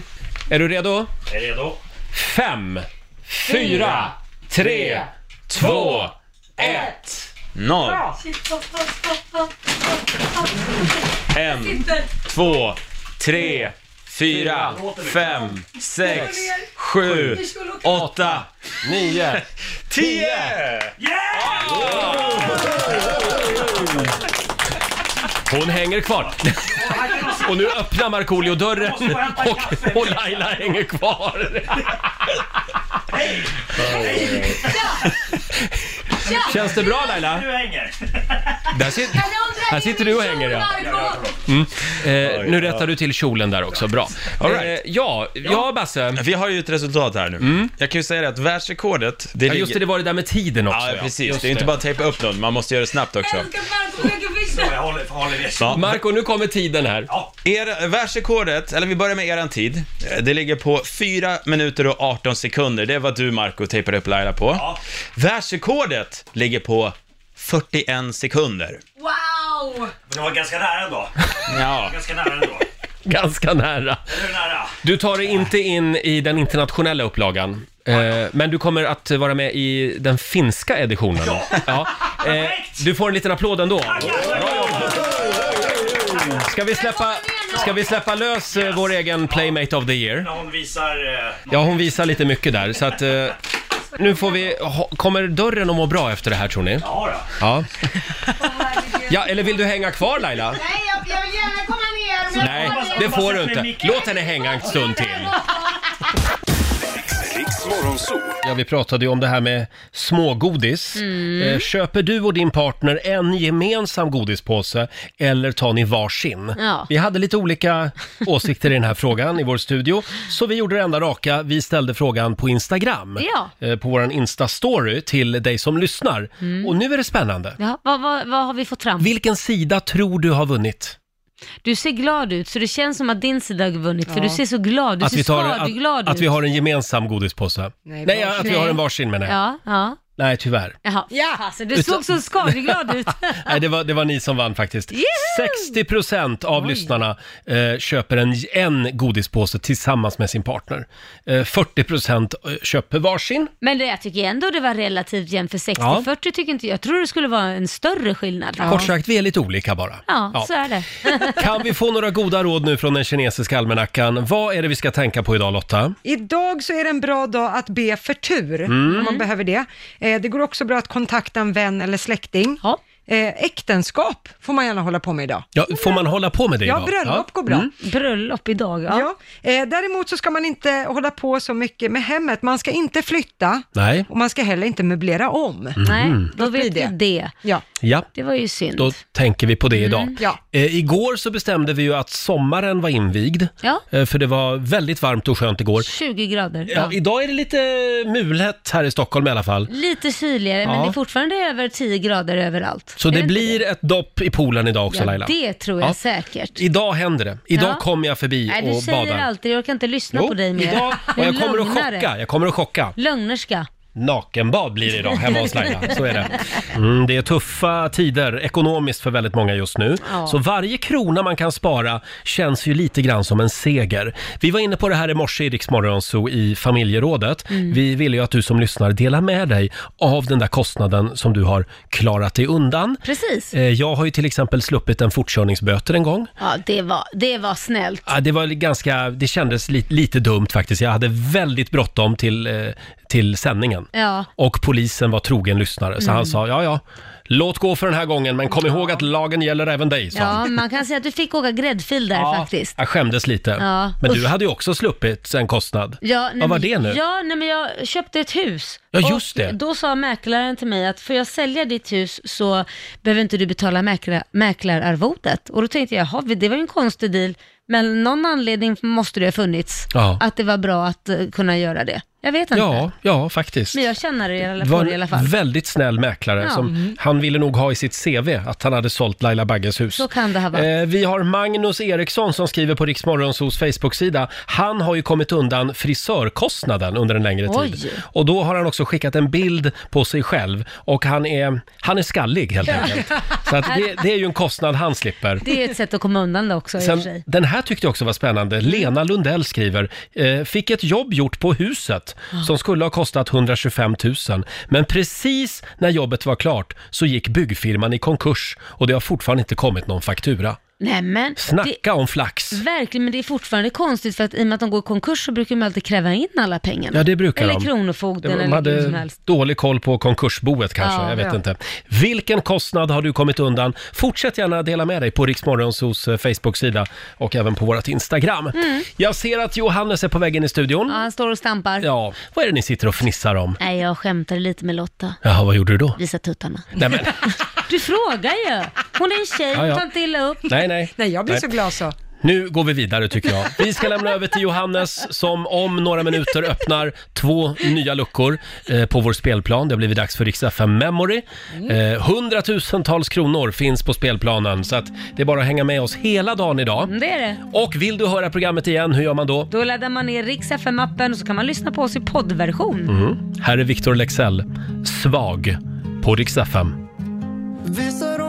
Är du redo? Är du redo? Fem, fyra, tre, två, ett. Noll. En, två, tre, fyra, fem, sex, sju, åtta, Nio. tio! Hon hänger kvar. Och nu öppnar Markoolio dörren och, och Laila hänger kvar. Känns det bra Laila? Du hänger. Där ser, Kan någon Här sitter du och hänger, ja. Mm. Eh, nu rättar du till kjolen där också, bra. All right. eh, ja, ja, Basse. Vi har ju ett resultat här nu. Mm. Jag kan ju säga det att världsrekordet... Det ja, just det, det var det där med tiden också. Ja, precis. Just det är inte bara att tejpa upp någon, man måste göra det snabbt också. Ja. Marco, nu kommer tiden här. Ja. Er, världsrekordet, eller vi börjar med eran tid. Det ligger på fyra minuter och arton sekunder. Det var du, Marco, tejpade upp Laila på. Ja. Världsrekordet ligger på fyrtioen sekunder. Wow! Det var ganska nära ändå. Ja. Ganska nära ändå. Ganska nära. nära. Du tar dig inte in i den internationella upplagan. Eh, men du kommer att vara med i den finska editionen. Ja. Ja. Eh, du får en liten applåd ändå. Ska vi släppa, ska vi släppa lös eh, vår egen Playmate of the Year? Hon visar... Eh, ja, hon visar lite mycket där. Så att... Eh, nu får vi... Ha, kommer dörren att må bra efter det här, tror ni? Ja, då. Ja. Ja, eller vill du hänga kvar, Laila? Nej, jag, jag vill gärna komma ner. Men Nej, det får du inte. Låt henne hänga en stund till. Ja, vi pratade ju om det här med smågodis. Mm. Eh, köper du och din partner en gemensam godispåse eller tar ni varsin? Ja. Vi hade lite olika åsikter i den här frågan i vår studio, så vi gjorde det enda raka. Vi ställde frågan på Instagram, Ja. eh, på vår Insta-story till dig som lyssnar. Mm. Och nu är det spännande. Ja, vad, vad, vad har vi fått fram? Vilken sida tror du har vunnit? Du ser glad ut, så det känns som att din sida har vunnit, för Ja. du ser så glad, du Att ser vi, tar, skadeglad att, ut. att vi har en gemensam godispåse. Nej, Nej, varsin. att vi har en varsin, menar jag. Ja, ja. Nej, tyvärr. Jaha, Ja. alltså, du Utan- såg så skadeglad ut. Nej, det var, det var ni som vann faktiskt. Yahoo! sextio procent av Oj. lyssnarna eh, köper en, en godispåse tillsammans med sin partner. Eh, fyrtio procent köper varsin. Men det, jag tycker ändå det var relativt jämnt, för sextio Ja. fyrtio tycker inte jag. Jag tror det skulle vara en större skillnad. Ja, Kort sagt, vi är lite olika bara. ja, så är det. Kan vi få några goda råd nu från den kinesiska almanackan? Vad är det vi ska tänka på idag, Lotta? Idag så är det en bra dag att be för tur, Mm. om man behöver det. Eh, det går också bra att kontakta en vän eller släkting. Ja. Eh, äktenskap får man gärna hålla på med idag. Ja, får man hålla på med det Ja, idag? bröllop går bra. Mm. Bröllop idag, ja. Ja. Eh, däremot så ska man inte hålla på så mycket med hemmet. Man ska inte flytta Nej. och man ska heller inte möblera om. Nej, då Låt bli vet vi det. det. Ja. Ja, Det var ju synd. då tänker vi på det idag. Ja. Eh, igår så bestämde vi ju att sommaren var invigd. Ja. Eh, för det var väldigt varmt och skönt igår. tjugo grader. Ja, idag är det lite mulet här i Stockholm i alla fall. Lite syrligare, men Ja. det är fortfarande över tio grader överallt. Så Är det inte blir ett dopp i poolen idag också, Ja, Laila. det tror jag Ja. säkert. Idag händer det. Idag Ja. kommer jag förbi Nej, du och säger badar. alltid, jag orkar inte lyssna på dig mer. idag, och Du är jag kommer att lögnare. chocka. Jag kommer att chocka. Lögnerska. Nakenbad blir det idag hemma hos Laila, så är det. Mm, det är tuffa tider ekonomiskt för väldigt många just nu. Ja. Så varje krona man kan spara känns ju lite grann som en seger. Vi var inne på det här i morse i Rix Morgon Zoo i familjerådet. Mm. Vi vill ju att du som lyssnar delar med dig av den där kostnaden som du har klarat dig undan. Precis. Eh, Jag har ju till exempel sluppit en fortkörningsböter en gång. Ja, det var, det var snällt. Ja, det var ganska, det kändes lite, lite dumt faktiskt. Jag hade väldigt bråttom till, eh, till sändningen. Ja. Och polisen var trogen lyssnare. Så Mm. han sa, ja ja, låt gå för den här gången, men kom ihåg att lagen gäller även dig, sa Ja, han. man kan säga att du fick åka gräddfil där faktiskt. Jag skämdes lite. Ja, Men du usch. hade ju också sluppit en kostnad. Ja, nej, Vad var men- det nu? Ja, nej, men jag köpte ett hus. Ja, just och det. Då sa mäklaren till mig att för jag sälja ditt hus så behöver inte du betala mäkla, mäklararvodet. Och då tänkte jag, jaha, det var ju en konstig deal. Men någon anledning måste det ha funnits Ja. att det var bra att uh, kunna göra det. Jag vet inte. Ja, ja, faktiskt. Men jag känner det i alla Det var fall. I alla fall. en väldigt snäll mäklare Ja. som Mm. han ville nog ha i sitt C V att han hade sålt Laila Bagges hus. Så kan det ha varit. Eh, vi har Magnus Eriksson som skriver på Rix Morgonzoos Facebook-sida. Han har ju kommit undan frisörkostnaden under en längre Oj. tid. Och då har han också skickat en bild på sig själv och han är, han är skallig helt enkelt. Så att det, det är ju en kostnad han slipper. Det är ett sätt att komma undan det också i och för Sen, sig. den här tyckte jag också var spännande. Lena Lundell skriver, eh, fick ett jobb gjort på huset som skulle ha kostat hundratjugofem tusen. Men precis när jobbet var klart så gick byggfirman i konkurs och det har fortfarande inte kommit någon faktura. Nej, men Snacka det, om flax. verkligen, men det är fortfarande konstigt för att i och med att de går i konkurs så brukar de alltid kräva in alla pengarna. Ja, det brukar eller de. Kronofogden De eller gud som hade helst. dålig koll på konkursboet kanske, Ja, jag vet ja. inte. Vilken kostnad har du kommit undan? Fortsätt gärna dela med dig på Rix Morgonzoos eh, Facebook-sida och även på vårt Instagram. Mm. Jag ser att Johannes är på vägen i studion. Ja, han står och stampar. Ja, vad är det ni sitter och fnissar om? Nej, jag skämtade lite med Lotta. Jaha, vad gjorde du då? Visa tuttarna. Nej, men, Du frågar ju. Hon är en tjej, Ja, ja. ta inte illa upp. Nej, nej. Nej, jag blir Nej. så glad så. Nu går vi vidare tycker jag. Vi ska lämna över till Johannes som om några minuter öppnar två nya luckor eh, på vår spelplan. Det har blivit dags för Rix F M Memory. Eh, hundratusentals kronor finns på spelplanen så att det är bara att hänga med oss hela dagen idag. Mm, det är det. Och vill du höra programmet igen, hur gör man då? Då laddar man ner Rix F M-appen och så kan man lyssna på oss i poddversion. Mm. Här är Victor Lexell, Svag, på Rix F M. Vissa